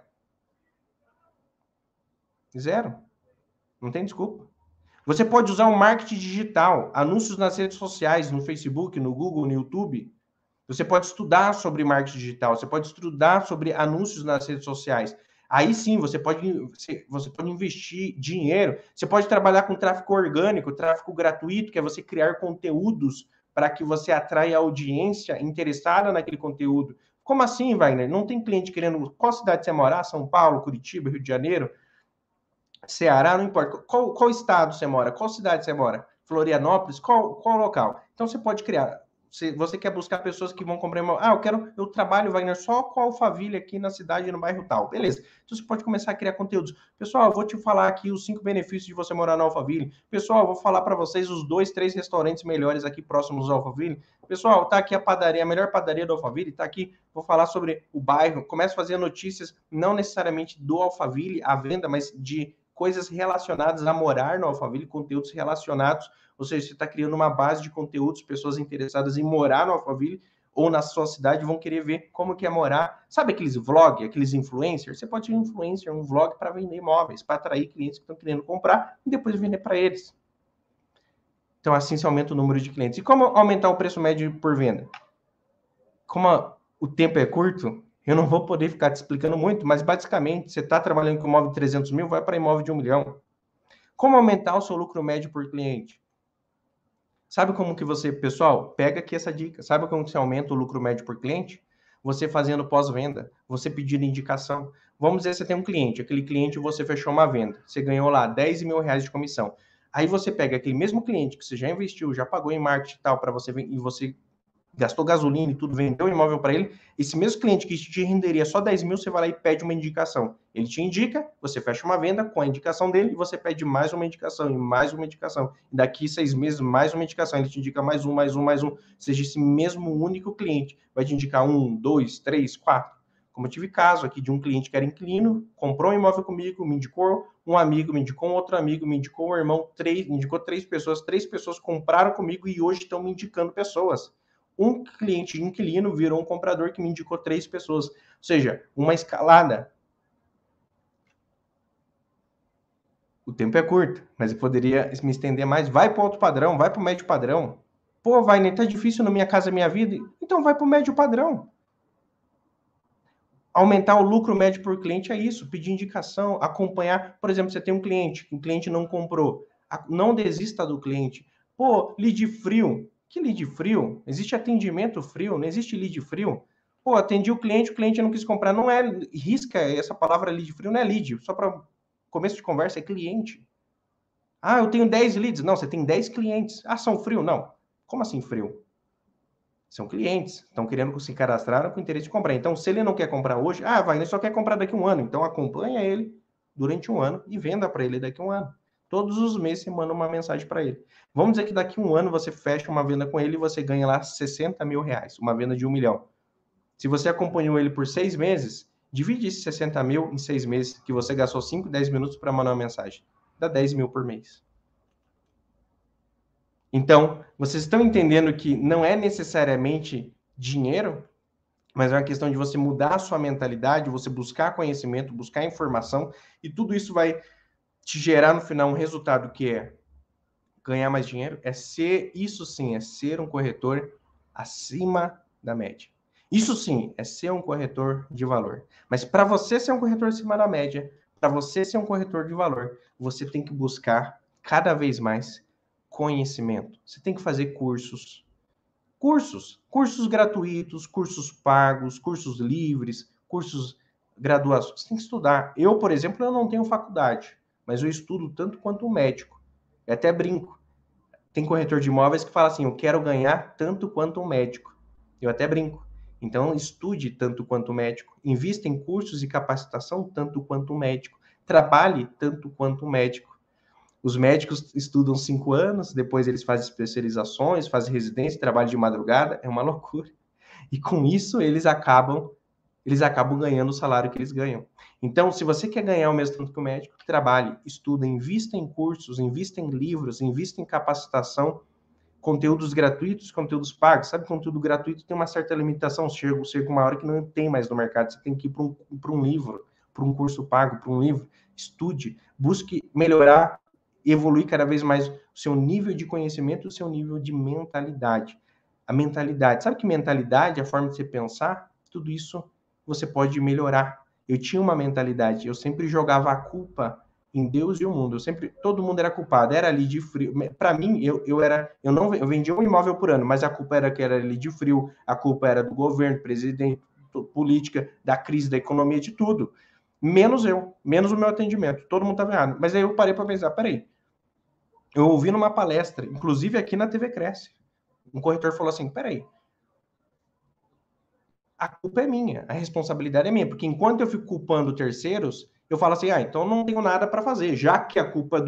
Zero. Não tem desculpa. Você pode usar o marketing digital, anúncios nas redes sociais, no Facebook, no Google, no YouTube. Você pode estudar sobre marketing digital, você pode estudar sobre anúncios nas redes sociais. Aí sim, você pode investir dinheiro, você pode trabalhar com tráfego orgânico, tráfego gratuito, que é você criar conteúdos para que você atraia audiência interessada naquele conteúdo. Como assim, Wagner? Não tem cliente querendo... Qual cidade você mora? São Paulo, Curitiba, Rio de Janeiro, Ceará, não importa. Qual estado você mora? Qual cidade você mora? Florianópolis? Qual local? Então você pode criar... Você quer buscar pessoas que vão comprar imóvel. Eu trabalho, Wagner, só com a Alphaville aqui na cidade, no bairro tal. Beleza. Então você pode começar a criar conteúdos. Pessoal, eu vou te falar aqui os 5 benefícios de você morar na Alphaville. Pessoal, eu vou falar para vocês os 2, 3 restaurantes melhores aqui próximos da Alphaville. Pessoal, tá aqui a padaria, a melhor padaria da Alphaville, tá aqui. Vou falar sobre o bairro. Começo a fazer notícias, não necessariamente do Alphaville, à venda, mas de coisas relacionadas a morar no Alphaville, conteúdos relacionados. Ou seja, você está criando uma base de conteúdos, pessoas interessadas em morar no Alphaville ou na sua cidade vão querer ver como que é morar. Sabe aqueles vlogs, aqueles influencers? Você pode ter um influencer, um vlog para vender imóveis, para atrair clientes que estão querendo comprar e depois vender para eles. Então, assim você aumenta o número de clientes. E como aumentar o preço médio por venda? Como o tempo é curto, eu não vou poder ficar te explicando muito, mas basicamente, você está trabalhando com imóvel de 300 mil, vai para imóvel de 1 milhão. Como aumentar o seu lucro médio por cliente? Sabe como que você, pessoal, pega aqui essa dica, sabe como que você aumenta o lucro médio por cliente? Você fazendo pós-venda, você pedindo indicação. Vamos dizer que você tem um cliente, aquele cliente você fechou uma venda, você ganhou lá 10 mil reais de comissão. Aí você pega aquele mesmo cliente que você já investiu, já pagou em marketing e tal, para você e você gastou gasolina e tudo, vendeu o imóvel para ele, esse mesmo cliente que te renderia só 10 mil, você vai lá e pede uma indicação. Ele te indica, você fecha uma venda com a indicação dele e você pede mais uma indicação e mais uma indicação. E daqui 6 meses, mais uma indicação. Ele te indica mais um. Ou seja, esse mesmo único cliente vai te indicar 1, 2, 3, 4. Como eu tive caso aqui de um cliente que era inquilino, comprou um imóvel comigo, me indicou um amigo, me indicou um outro amigo, me indicou um irmão, me indicou 3 pessoas compraram comigo e hoje estão me indicando pessoas. Um cliente inquilino virou um comprador que me indicou 3 pessoas. Ou seja, uma escalada. O tempo é curto, mas eu poderia me estender mais. Vai para o alto padrão, vai para o médio padrão. Pô, Wagner, tá difícil na minha casa, minha vida? Então vai para o médio padrão. Aumentar o lucro médio por cliente é isso. Pedir indicação, acompanhar. Por exemplo, você tem um cliente não comprou. Não desista do cliente. Pô, lead frio. Que lead frio? Existe atendimento frio, não existe lead frio. Pô, atendi o cliente não quis comprar. Não é, risca essa palavra lead frio, não é lead. Só para começo de conversa, é cliente. Ah, eu tenho 10 leads. Não, você tem 10 clientes. Ah, são frio? Não. Como assim frio? São clientes, estão querendo se cadastrar com interesse de comprar. Então, se ele não quer comprar hoje, ele só quer comprar daqui a 1 ano. Então, acompanha ele durante 1 ano e venda para ele daqui a 1 ano. Todos os meses você manda uma mensagem para ele. Vamos dizer que daqui a 1 ano você fecha uma venda com ele e você ganha lá 60 mil reais, uma venda de 1 milhão. Se você acompanhou ele por 6 meses, divide esses 60 mil em 6 meses, que você gastou 5, 10 minutos para mandar uma mensagem. Dá 10 mil por mês. Então, vocês estão entendendo que não é necessariamente dinheiro, mas é uma questão de você mudar a sua mentalidade, você buscar conhecimento, buscar informação, e tudo isso vai te gerar no final um resultado que é ganhar mais dinheiro, isso sim, é ser um corretor acima da média. Isso sim, é ser um corretor de valor. Mas para você ser um corretor acima da média, para você ser um corretor de valor, você tem que buscar cada vez mais conhecimento. Você tem que fazer cursos gratuitos, cursos pagos, cursos livres, cursos graduações. Você tem que estudar. Eu, por exemplo, eu não tenho faculdade, mas eu estudo tanto quanto um médico. Eu até brinco. Tem corretor de imóveis que fala assim, eu quero ganhar tanto quanto um médico. Eu até brinco. Então, estude tanto quanto um médico. Invista em cursos e capacitação tanto quanto um médico. Trabalhe tanto quanto um médico. Os médicos estudam 5 anos, depois eles fazem especializações, fazem residência, trabalham de madrugada, é uma loucura. E com isso eles acabam ganhando o salário que eles ganham. Então, se você quer ganhar o mesmo tanto que o médico, trabalhe, estuda, invista em cursos, invista em livros, invista em capacitação, conteúdos gratuitos, conteúdos pagos. Sabe, conteúdo gratuito tem uma certa limitação, chega uma hora que não tem mais no mercado, você tem que ir para um livro, para um curso pago, para um livro. Estude, busque melhorar, evoluir cada vez mais o seu nível de conhecimento, o seu nível de mentalidade. A mentalidade, sabe que mentalidade, a forma de você pensar, tudo isso você pode melhorar. Eu tinha uma mentalidade, eu sempre jogava a culpa em Deus e o mundo. Todo mundo era culpado, era ali de frio. Para mim, eu vendia um imóvel por ano, mas a culpa era que era ali de frio, a culpa era do governo, presidente, política, da crise, da economia, de tudo. Menos eu, menos o meu atendimento. Todo mundo estava errado. Mas aí eu parei para pensar, peraí. Eu ouvi numa palestra, inclusive aqui na TV Cresce, um corretor falou assim, peraí, a culpa é minha, a responsabilidade é minha, porque enquanto eu fico culpando terceiros, eu falo assim, então não tenho nada para fazer, já que a culpa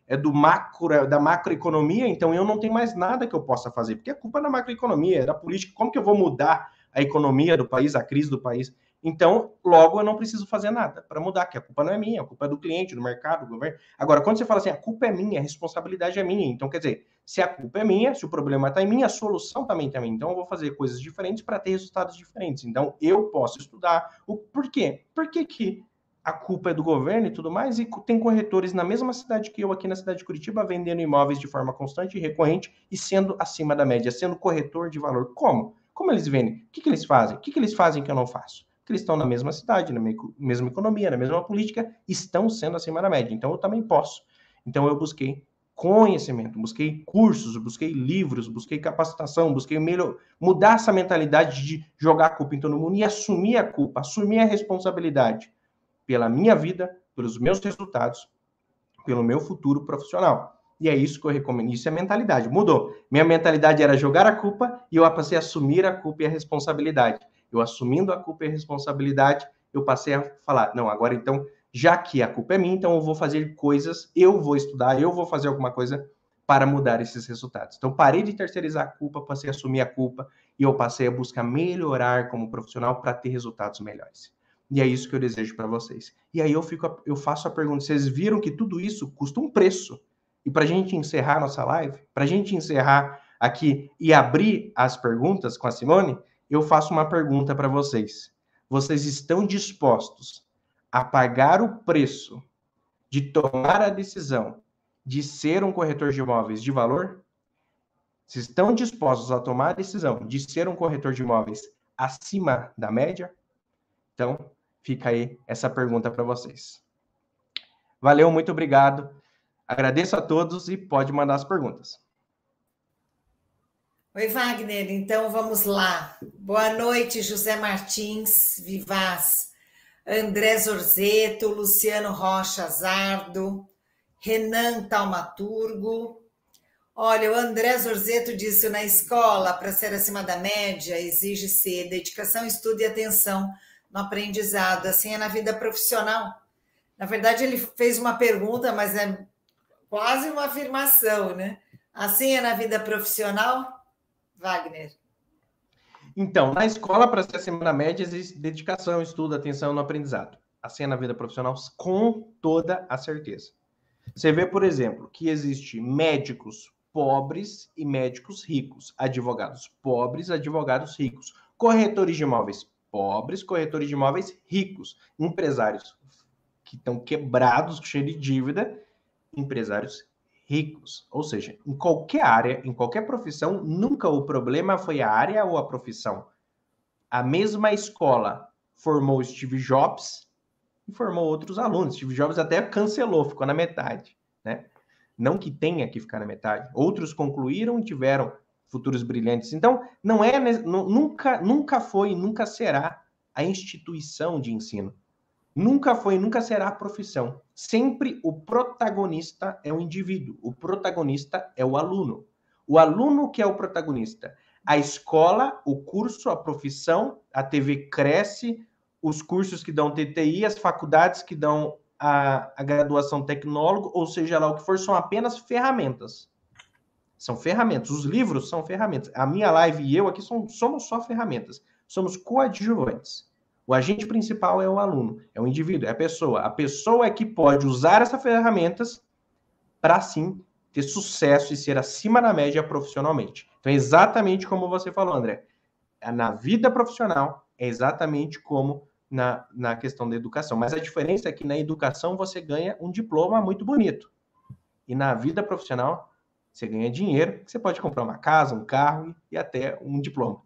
da macroeconomia, então eu não tenho mais nada que eu possa fazer, porque a culpa é da macroeconomia, é da política, como que eu vou mudar a economia do país, a crise do país? Então, logo, eu não preciso fazer nada para mudar, que a culpa não é minha, a culpa é do cliente, do mercado, do governo. Agora, quando você fala assim, a culpa é minha, a responsabilidade é minha, então, quer dizer, se a culpa é minha, se o problema está em mim, a solução também está em mim. Então, eu vou fazer coisas diferentes para ter resultados diferentes. Então, eu posso estudar. Por quê? Por que a culpa é do governo e tudo mais, e tem corretores na mesma cidade que eu, aqui na cidade de Curitiba, vendendo imóveis de forma constante e recorrente e sendo acima da média, sendo corretor de valor. Como? Como eles vendem? O que eles fazem? O que eles fazem que eu não faço? Porque eles estão na mesma cidade, na mesma economia, na mesma política, estão sendo acima da média. Então, eu também posso. Então, eu busquei conhecimento, busquei cursos, busquei livros, busquei capacitação, busquei mudar essa mentalidade de jogar a culpa em todo mundo e assumir a culpa, assumir a responsabilidade pela minha vida, pelos meus resultados, pelo meu futuro profissional. E é isso que eu recomendo. Isso é mentalidade. Mudou. Minha mentalidade era jogar a culpa e eu passei a assumir a culpa e a responsabilidade. Eu assumindo a culpa e a responsabilidade, eu passei a falar, não, agora então, já que a culpa é minha, então eu vou fazer coisas, eu vou estudar, eu vou fazer alguma coisa para mudar esses resultados. Então, parei de terceirizar a culpa, passei a assumir a culpa e eu passei a buscar melhorar como profissional para ter resultados melhores. E é isso que eu desejo para vocês. E aí eu faço a pergunta, vocês viram que tudo isso custa um preço? E para a gente encerrar nossa live, para a gente encerrar aqui e abrir as perguntas com a Simone, eu faço uma pergunta para vocês. Vocês estão dispostos a pagar o preço de tomar a decisão de ser um corretor de imóveis de valor? Vocês estão dispostos a tomar a decisão de ser um corretor de imóveis acima da média? Então, fica aí essa pergunta para vocês. Valeu, muito obrigado. Agradeço a todos e pode mandar as perguntas. Oi, Wagner, então vamos lá. Boa noite, José Martins Vivaz, André Zorzeto, Luciano Rocha Zardo, Renan Taumaturgo. Olha, o André Zorzeto disse, na escola, para ser acima da média, exige-se dedicação, estudo e atenção no aprendizado. Assim é na vida profissional. Na verdade, ele fez uma pergunta, mas é quase uma afirmação, né? Assim é na vida profissional, Wagner? Então, na escola, para ser acima da média, existe dedicação, estudo, atenção no aprendizado. Assim é na vida profissional, com toda a certeza. Você vê, por exemplo, que existe médicos pobres e médicos ricos, advogados pobres, advogados ricos, corretores de imóveis pobres, corretores de imóveis ricos, empresários que estão quebrados, cheios de dívida, empresários ricos. Ou seja, em qualquer área, em qualquer profissão, nunca o problema foi a área ou a profissão. A mesma escola formou Steve Jobs e formou outros alunos. Steve Jobs até cancelou, ficou na metade, né? não que tenha que ficar na metade. Outros concluíram e tiveram futuros brilhantes. Então, não é, nunca foi, nunca será a instituição de ensino. Nunca foi, nunca será a profissão. Sempre o protagonista é o indivíduo. O protagonista é o aluno. O aluno que é o protagonista. A escola, o curso, a profissão, a TV Cresce, os cursos que dão TTI, as faculdades que dão a graduação tecnólogo, ou seja lá o que for, são apenas ferramentas. São ferramentas. Os livros são ferramentas. A minha live e eu aqui somos só ferramentas. Somos coadjuvantes. O agente principal é o aluno, é o indivíduo, é a pessoa. A pessoa é que pode usar essas ferramentas para, sim, ter sucesso e ser acima da média profissionalmente. Então, é exatamente como você falou, André. Na vida profissional, é exatamente como na questão da educação. Mas a diferença é que na educação você ganha um diploma muito bonito. E na vida profissional, você ganha dinheiro, que você pode comprar uma casa, um carro e até um diploma.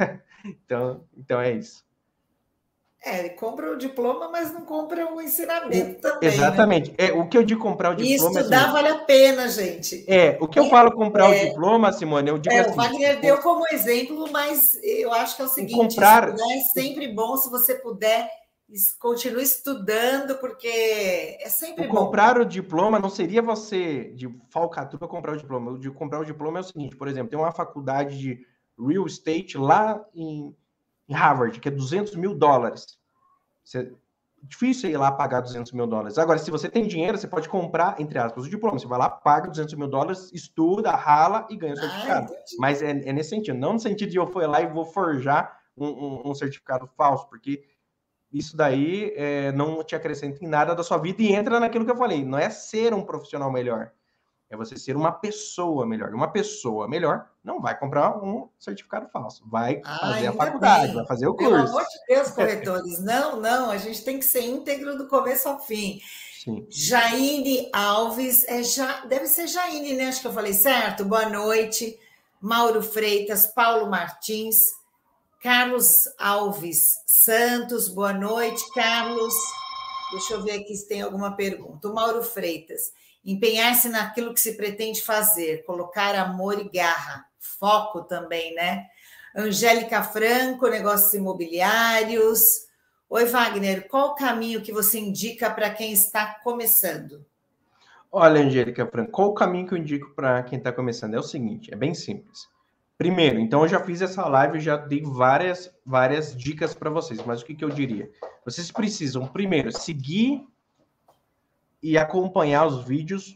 Então é isso. Ele compra o diploma, mas não compra o ensinamento também. Exatamente. Né? O que eu digo comprar o diploma... E estudar vale a pena, gente. O que eu falo comprar o diploma, Simone, eu digo assim... O Wagner deu como exemplo, mas eu acho que é o seguinte, estudar é sempre bom, se você puder, continue estudando, porque é sempre bom. Comprar o diploma não seria você, de falcatrua, comprar o diploma. O de comprar o diploma é o seguinte, por exemplo, tem uma faculdade de real estate lá em Harvard, que é $200 mil. É difícil ir lá pagar $200 mil. Agora, se você tem dinheiro, você pode comprar, entre aspas, o diploma. Você vai lá, paga $200 mil, estuda, rala e ganha o certificado. Mas é nesse sentido. Não no sentido de eu for lá e vou forjar um certificado falso, porque isso daí não te acrescenta em nada da sua vida e entra naquilo que eu falei. Não é ser um profissional melhor. É você ser uma pessoa melhor. Uma pessoa melhor não vai comprar um certificado falso. Vai fazer a faculdade, vai fazer o curso. Pelo amor de Deus, corretores. Não. A gente tem que ser íntegro do começo ao fim. Sim. Jaine Alves. Deve ser Jaine, né? Acho que eu falei certo. Boa noite. Mauro Freitas, Paulo Martins, Carlos Alves Santos. Boa noite, Carlos. Deixa eu ver aqui se tem alguma pergunta. O Mauro Freitas. Empenhar-se naquilo que se pretende fazer, colocar amor e garra, foco também, né? Angélica Franco, negócios imobiliários. Oi, Wagner, qual o caminho que você indica para quem está começando? Olha, Angélica Franco, qual o caminho que eu indico para quem está começando? É o seguinte, é bem simples. Primeiro, então eu já fiz essa live, já dei várias dicas para vocês, mas o que eu diria? Vocês precisam, primeiro, seguir e acompanhar os vídeos,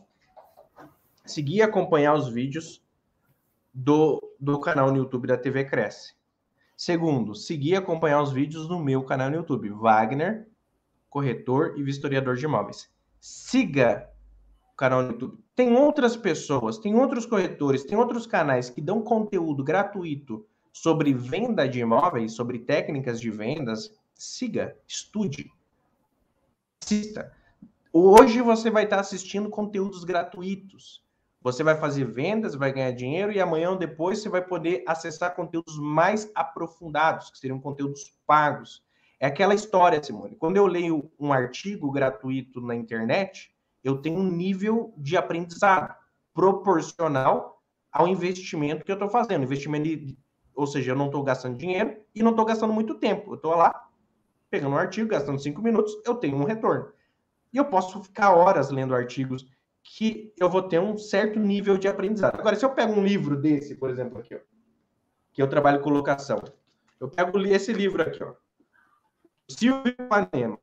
do canal no YouTube da TV Cresce. Segundo, seguir e acompanhar os vídeos no meu canal no YouTube, Wagner, corretor e vistoriador de imóveis. Siga o canal no YouTube. Tem outras pessoas, tem outros corretores, tem outros canais que dão conteúdo gratuito sobre venda de imóveis, sobre técnicas de vendas. Siga, estude, assista. Hoje você vai estar assistindo conteúdos gratuitos. Você vai fazer vendas, vai ganhar dinheiro e amanhã ou depois você vai poder acessar conteúdos mais aprofundados, que seriam conteúdos pagos. É aquela história, Simone. Quando eu leio um artigo gratuito na internet, eu tenho um nível de aprendizado proporcional ao investimento que eu estou fazendo. Ou seja, eu não estou gastando dinheiro e não estou gastando muito tempo. Eu estou lá, pegando um artigo, gastando 5 minutos, eu tenho um retorno. E eu posso ficar horas lendo artigos que eu vou ter um certo nível de aprendizado. Agora, se eu pego um livro desse, por exemplo, aqui, ó, que eu trabalho com locação, eu pego esse livro aqui, ó, Silvio Capanema,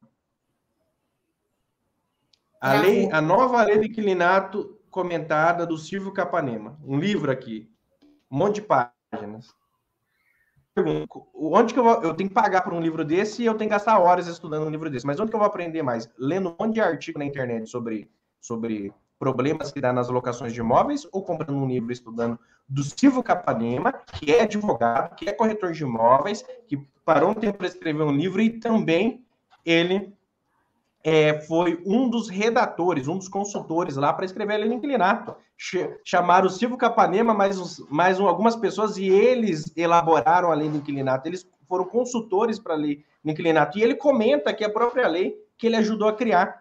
a nova lei do inquilinato comentada do Silvio Capanema. Um livro aqui, um monte de páginas. Onde que eu tenho que pagar por um livro desse e eu tenho que gastar horas estudando um livro desse? Mas onde que eu vou aprender mais? Lendo um monte de artigo na internet sobre problemas que dá nas locações de imóveis ou comprando um livro estudando do Silvio Capanema, que é advogado, que é corretor de imóveis, que parou um tempo para escrever um livro e também ele foi um dos redatores, um dos consultores lá para escrever a lei do inquilinato. Chamaram o Silvio Capanema, mais algumas pessoas, e eles elaboraram a lei do inquilinato. Eles foram consultores para a lei do inquilinato. E ele comenta que a própria lei que ele ajudou a criar.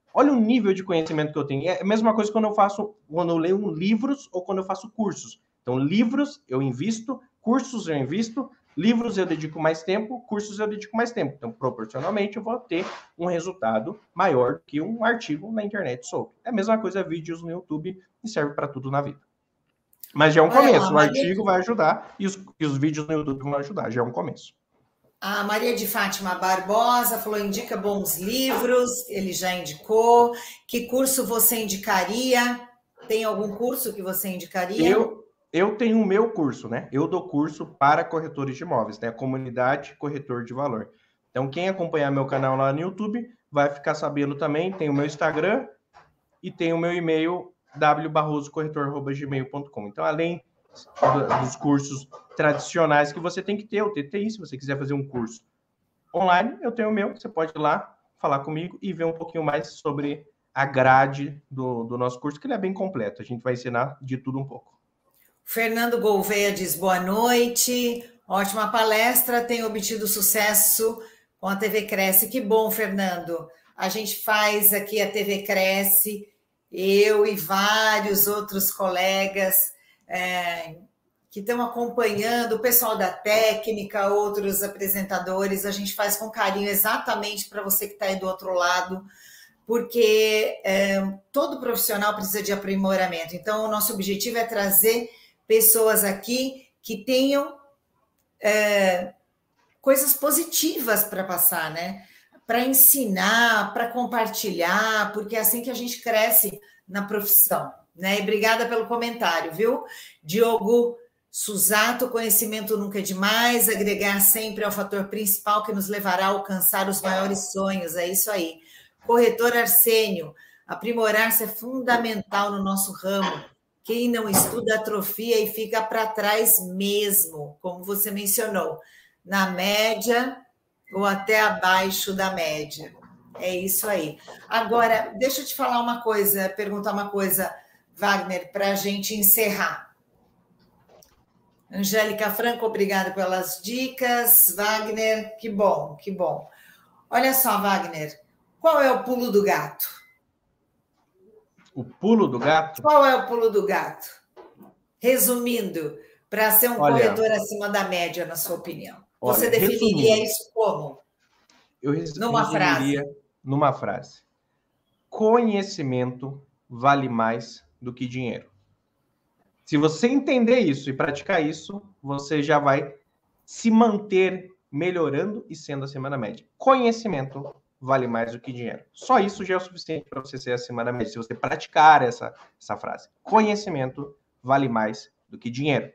Olha o nível de conhecimento que eu tenho. É a mesma coisa quando eu leio livros ou quando eu faço cursos. Então, livros eu invisto, cursos eu invisto, livros eu dedico mais tempo, cursos eu dedico mais tempo. Então, proporcionalmente, eu vou ter um resultado maior do que um artigo na internet solto. É a mesma coisa vídeos no YouTube e serve para tudo na vida. Mas já é um começo. O artigo vai ajudar e os vídeos no YouTube vão ajudar. Já é um começo. A Maria de Fátima Barbosa falou, indica bons livros, ele já indicou. Que curso você indicaria? Tem algum curso que você indicaria? Eu tenho o meu curso, né? Eu dou curso para corretores de imóveis, né? A comunidade Corretor de Valor. Então, quem acompanhar meu canal lá no YouTube vai ficar sabendo também. Tem o meu Instagram e tem o meu e-mail wbarrosocorretor@gmail.com. Então, além dos cursos tradicionais que você tem que ter, o TTI, se você quiser fazer um curso online, eu tenho o meu, você pode ir lá falar comigo e ver um pouquinho mais sobre a grade do nosso curso, que ele é bem completo, a gente vai ensinar de tudo um pouco. Fernando Gouveia diz, boa noite, ótima palestra, tenho obtido sucesso com a TV Cresce, que bom, Fernando, a gente faz aqui a TV Cresce, eu e vários outros colegas que estão acompanhando, o pessoal da técnica, outros apresentadores, a gente faz com carinho exatamente para você que está aí do outro lado, porque todo profissional precisa de aprimoramento. Então, o nosso objetivo é trazer pessoas aqui que tenham coisas positivas para passar, né? Para ensinar, para compartilhar, porque é assim que a gente cresce na profissão. Né? E obrigada pelo comentário, viu? Diogo Susato, conhecimento nunca é demais, agregar sempre é o fator principal que nos levará a alcançar os maiores sonhos, é isso aí. Corretor Arsênio, aprimorar-se é fundamental no nosso ramo. Quem não estuda atrofia e fica para trás mesmo, como você mencionou, na média ou até abaixo da média. É isso aí. Agora, deixa eu te falar uma coisa, perguntar uma coisa, Wagner, para a gente encerrar. Angélica Franco, obrigada pelas dicas. Wagner, que bom, que bom. Olha só, Wagner, qual é o pulo do gato? O pulo do gato? Qual é o pulo do gato? Resumindo, para ser um corretor acima da média, na sua opinião. Você definiria isso como? Numa frase. Conhecimento vale mais do que dinheiro. Se você entender isso e praticar isso, você já vai se manter melhorando e sendo acima da média. Conhecimento vale mais do que dinheiro. Só isso já é o suficiente para você ser acima da média, se você praticar essa frase. Conhecimento vale mais do que dinheiro.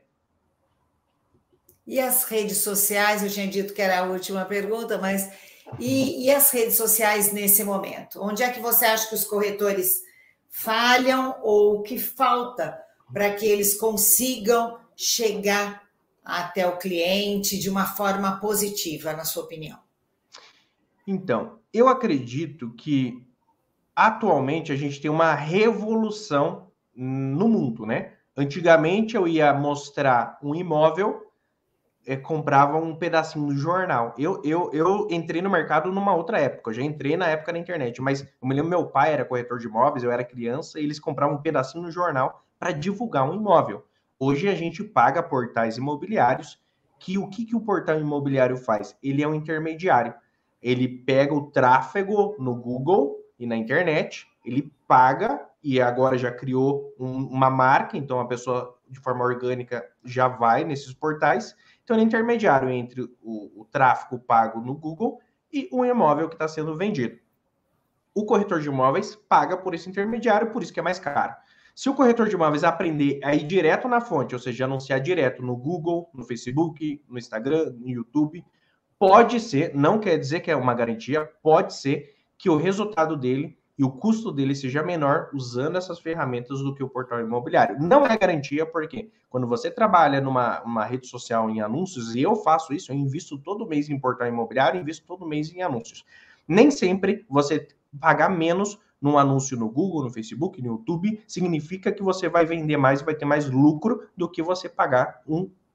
E as redes sociais? Eu tinha dito que era a última pergunta, mas... E as redes sociais nesse momento? Onde é que você acha que os corretores falham ou o que falta para que eles consigam chegar até o cliente de uma forma positiva, na sua opinião? Então, eu acredito que atualmente a gente tem uma revolução no mundo, né? Antigamente eu ia mostrar um imóvel, comprava um pedacinho do jornal. Eu entrei no mercado numa outra época, eu já entrei na época da internet, mas eu me lembro, meu pai era corretor de imóveis, eu era criança, e eles compravam um pedacinho no jornal para divulgar um imóvel. Hoje a gente paga portais imobiliários, que o que o portal imobiliário faz? Ele é um intermediário. Ele pega o tráfego no Google e na internet, ele paga, e agora já criou uma marca, então a pessoa, de forma orgânica, já vai nesses portais. Então, ele é intermediário entre o tráfego pago no Google e o imóvel que está sendo vendido. O corretor de imóveis paga por esse intermediário, por isso que é mais caro. Se o corretor de imóveis aprender a ir direto na fonte, ou seja, anunciar direto no Google, no Facebook, no Instagram, no YouTube, pode ser, não quer dizer que é uma garantia, pode ser que o resultado dele e o custo dele seja menor usando essas ferramentas do que o portal imobiliário. Não é garantia, porque quando você trabalha numa rede social em anúncios, e eu faço isso, eu invisto todo mês em portal imobiliário, invisto todo mês em anúncios. Nem sempre você pagar menos num anúncio no Google, no Facebook, no YouTube, significa que você vai vender mais e vai ter mais lucro do que você pagar um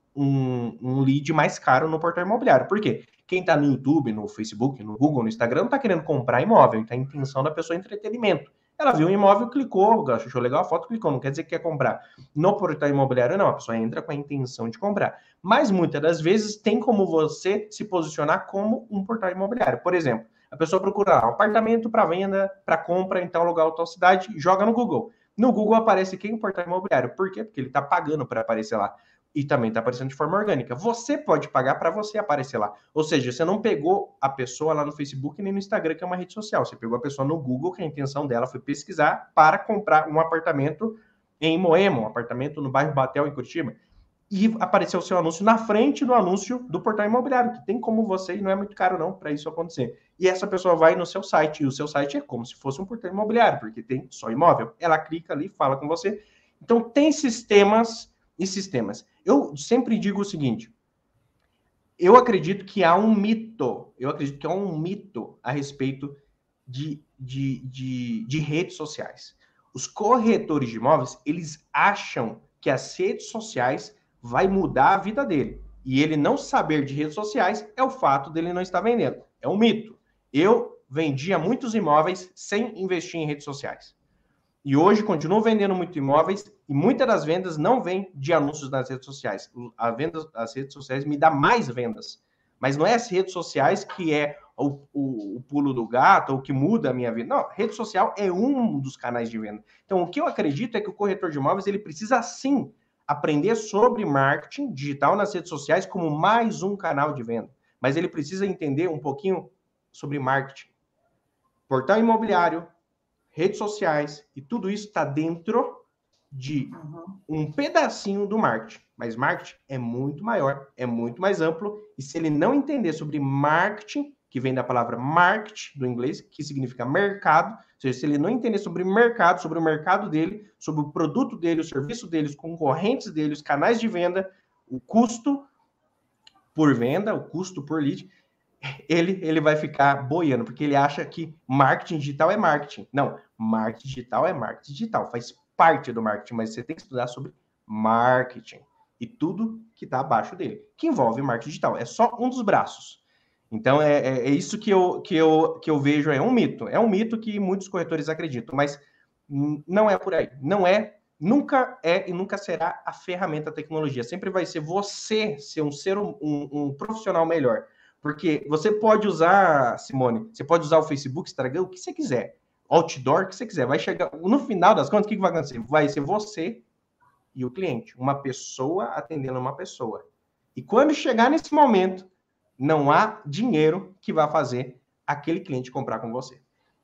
um lead mais caro no portal imobiliário. Por quê? Quem está no YouTube, no Facebook, no Google, no Instagram, não está querendo comprar imóvel, então a intenção da pessoa é entretenimento. Ela viu um imóvel, clicou, achou legal a foto, clicou, não quer dizer que quer comprar. No portal imobiliário, não, a pessoa entra com a intenção de comprar. Mas muitas das vezes tem como você se posicionar como um portal imobiliário. Por exemplo, a pessoa procura um apartamento para venda, para compra em tal lugar ou tal cidade, joga no Google. No Google aparece quem? O portal imobiliário. Por quê? Porque ele está pagando para aparecer lá. E também está aparecendo de forma orgânica. Você pode pagar para você aparecer lá. Ou seja, você não pegou a pessoa lá no Facebook nem no Instagram, que é uma rede social. Você pegou a pessoa no Google, que a intenção dela foi pesquisar para comprar um apartamento em Moema, um apartamento no bairro Batel, em Curitiba. E apareceu o seu anúncio na frente do anúncio do portal imobiliário, que tem como você, e não é muito caro não para isso acontecer. E essa pessoa vai no seu site, e o seu site é como se fosse um portal imobiliário, porque tem só imóvel. Ela clica ali, fala com você. Então, tem sistemas e sistemas. Eu sempre digo o seguinte, eu acredito que há um mito a respeito de redes sociais. Os corretores de imóveis, eles acham que as redes sociais vai mudar a vida dele. E ele não saber de redes sociais é o fato dele não estar vendendo. É um mito. Eu vendia muitos imóveis sem investir em redes sociais. E hoje continuo vendendo muitos imóveis e muitas das vendas não vêm de anúncios nas redes sociais. As redes sociais me dão mais vendas. Mas não é as redes sociais que é o pulo do gato ou que muda a minha vida. Não, rede social é um dos canais de venda. Então, o que eu acredito é que o corretor de imóveis ele precisa, sim, aprender sobre marketing digital nas redes sociais como mais um canal de venda. Mas ele precisa entender um pouquinho sobre marketing. Portal imobiliário, redes sociais, e tudo isso está dentro de um pedacinho do marketing. Mas marketing é muito maior, é muito mais amplo, e se ele não entender sobre marketing, que vem da palavra market, do inglês, que significa mercado, ou seja, se ele não entender sobre mercado, sobre o mercado dele, sobre o produto dele, o serviço dele, os concorrentes dele, os canais de venda, o custo por venda, o custo por lead, ele vai ficar boiando, porque ele acha que marketing digital é marketing. Não, marketing digital é marketing digital, faz parte do marketing, mas você tem que estudar sobre marketing e tudo que está abaixo dele, que envolve marketing digital. É só um dos braços. Então, é isso que eu vejo, é um mito que muitos corretores acreditam, mas não é por aí. Não é, nunca é e nunca será a ferramenta da tecnologia. Sempre vai ser você ser um profissional melhor. Porque você pode usar, Simone, você pode usar o Facebook, Instagram, o que você quiser. Outdoor, o que você quiser. Vai chegar, no final das contas, o que vai acontecer? Vai ser você e o cliente. Uma pessoa atendendo uma pessoa. E quando chegar nesse momento, não há dinheiro que vá fazer aquele cliente comprar com você.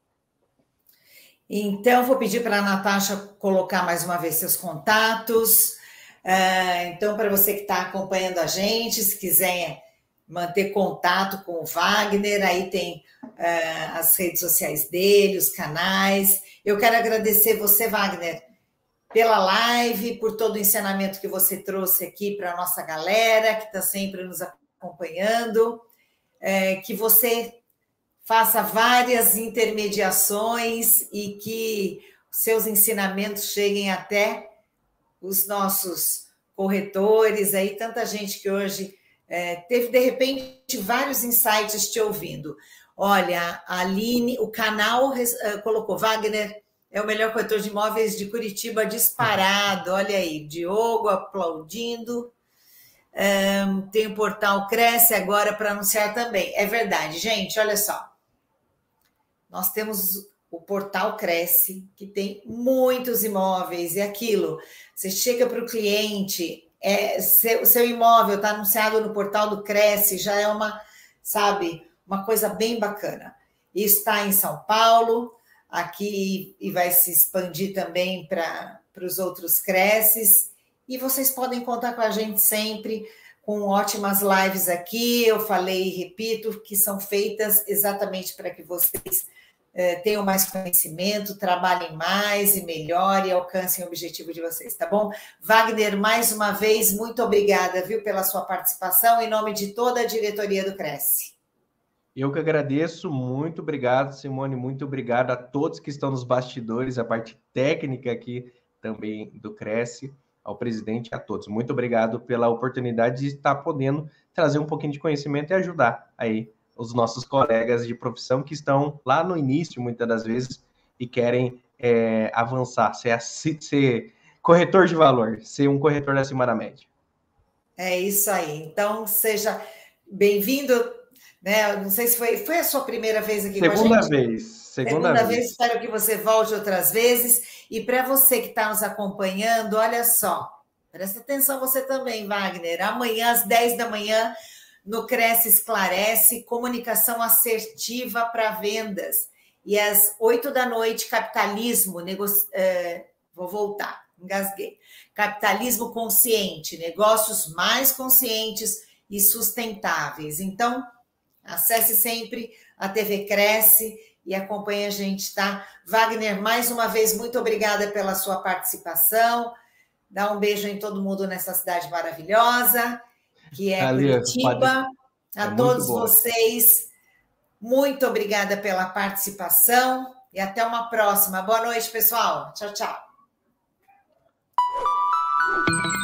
Então, vou pedir para a Natasha colocar mais uma vez seus contatos. Então, para você que está acompanhando a gente, se quiser manter contato com o Wagner, aí tem as redes sociais dele, os canais. Eu quero agradecer você, Wagner, pela live, por todo o ensinamento que você trouxe aqui para a nossa galera, que está sempre nos acompanhando, que você faça várias intermediações e que seus ensinamentos cheguem até os nossos corretores, aí tanta gente que hoje teve, de repente, vários insights te ouvindo. Olha, a Aline, o canal colocou, Wagner é o melhor corretor de imóveis de Curitiba disparado. Olha aí, Diogo aplaudindo. Tem o portal Cresce agora para anunciar também. É verdade, gente, olha só. Nós temos o portal Cresce, que tem muitos imóveis, e aquilo, você chega para o cliente... seu imóvel está anunciado no portal do Cresce, já é uma coisa bem bacana. E está em São Paulo, aqui, e vai se expandir também para os outros Cresces. E vocês podem contar com a gente sempre, com ótimas lives aqui. Eu falei e repito que são feitas exatamente para que vocês tenham mais conhecimento, trabalhem mais e melhor e alcancem o objetivo de vocês, tá bom? Wagner, mais uma vez, muito obrigada, viu, pela sua participação, em nome de toda a diretoria do Cresce. Eu que agradeço, muito obrigado, Simone, muito obrigado a todos que estão nos bastidores, a parte técnica aqui também do Cresce, ao presidente e a todos. Muito obrigado pela oportunidade de estar podendo trazer um pouquinho de conhecimento e ajudar aí os nossos colegas de profissão que estão lá no início, muitas das vezes, e querem avançar, ser corretor de valor, ser um corretor acima da média. É isso aí. Então, seja bem-vindo, né? Não sei se foi a sua primeira vez aqui com a gente. Segunda vez. Espero que você volte outras vezes. E para você que está nos acompanhando, olha só, presta atenção você também, Wagner. Amanhã, às 10 da manhã, no Cresce Esclarece, comunicação assertiva para vendas. E às 8 da noite, capitalismo, vou voltar. Engasguei. Capitalismo consciente, negócios mais conscientes e sustentáveis. Então, acesse sempre a TV Cresce e acompanhe a gente, tá? Wagner, mais uma vez, muito obrigada pela sua participação. Dá um beijo em todo mundo nessa cidade maravilhosa, que é Curitiba. A todos vocês, muito obrigada pela participação e até uma próxima. Boa noite, pessoal. Tchau, tchau.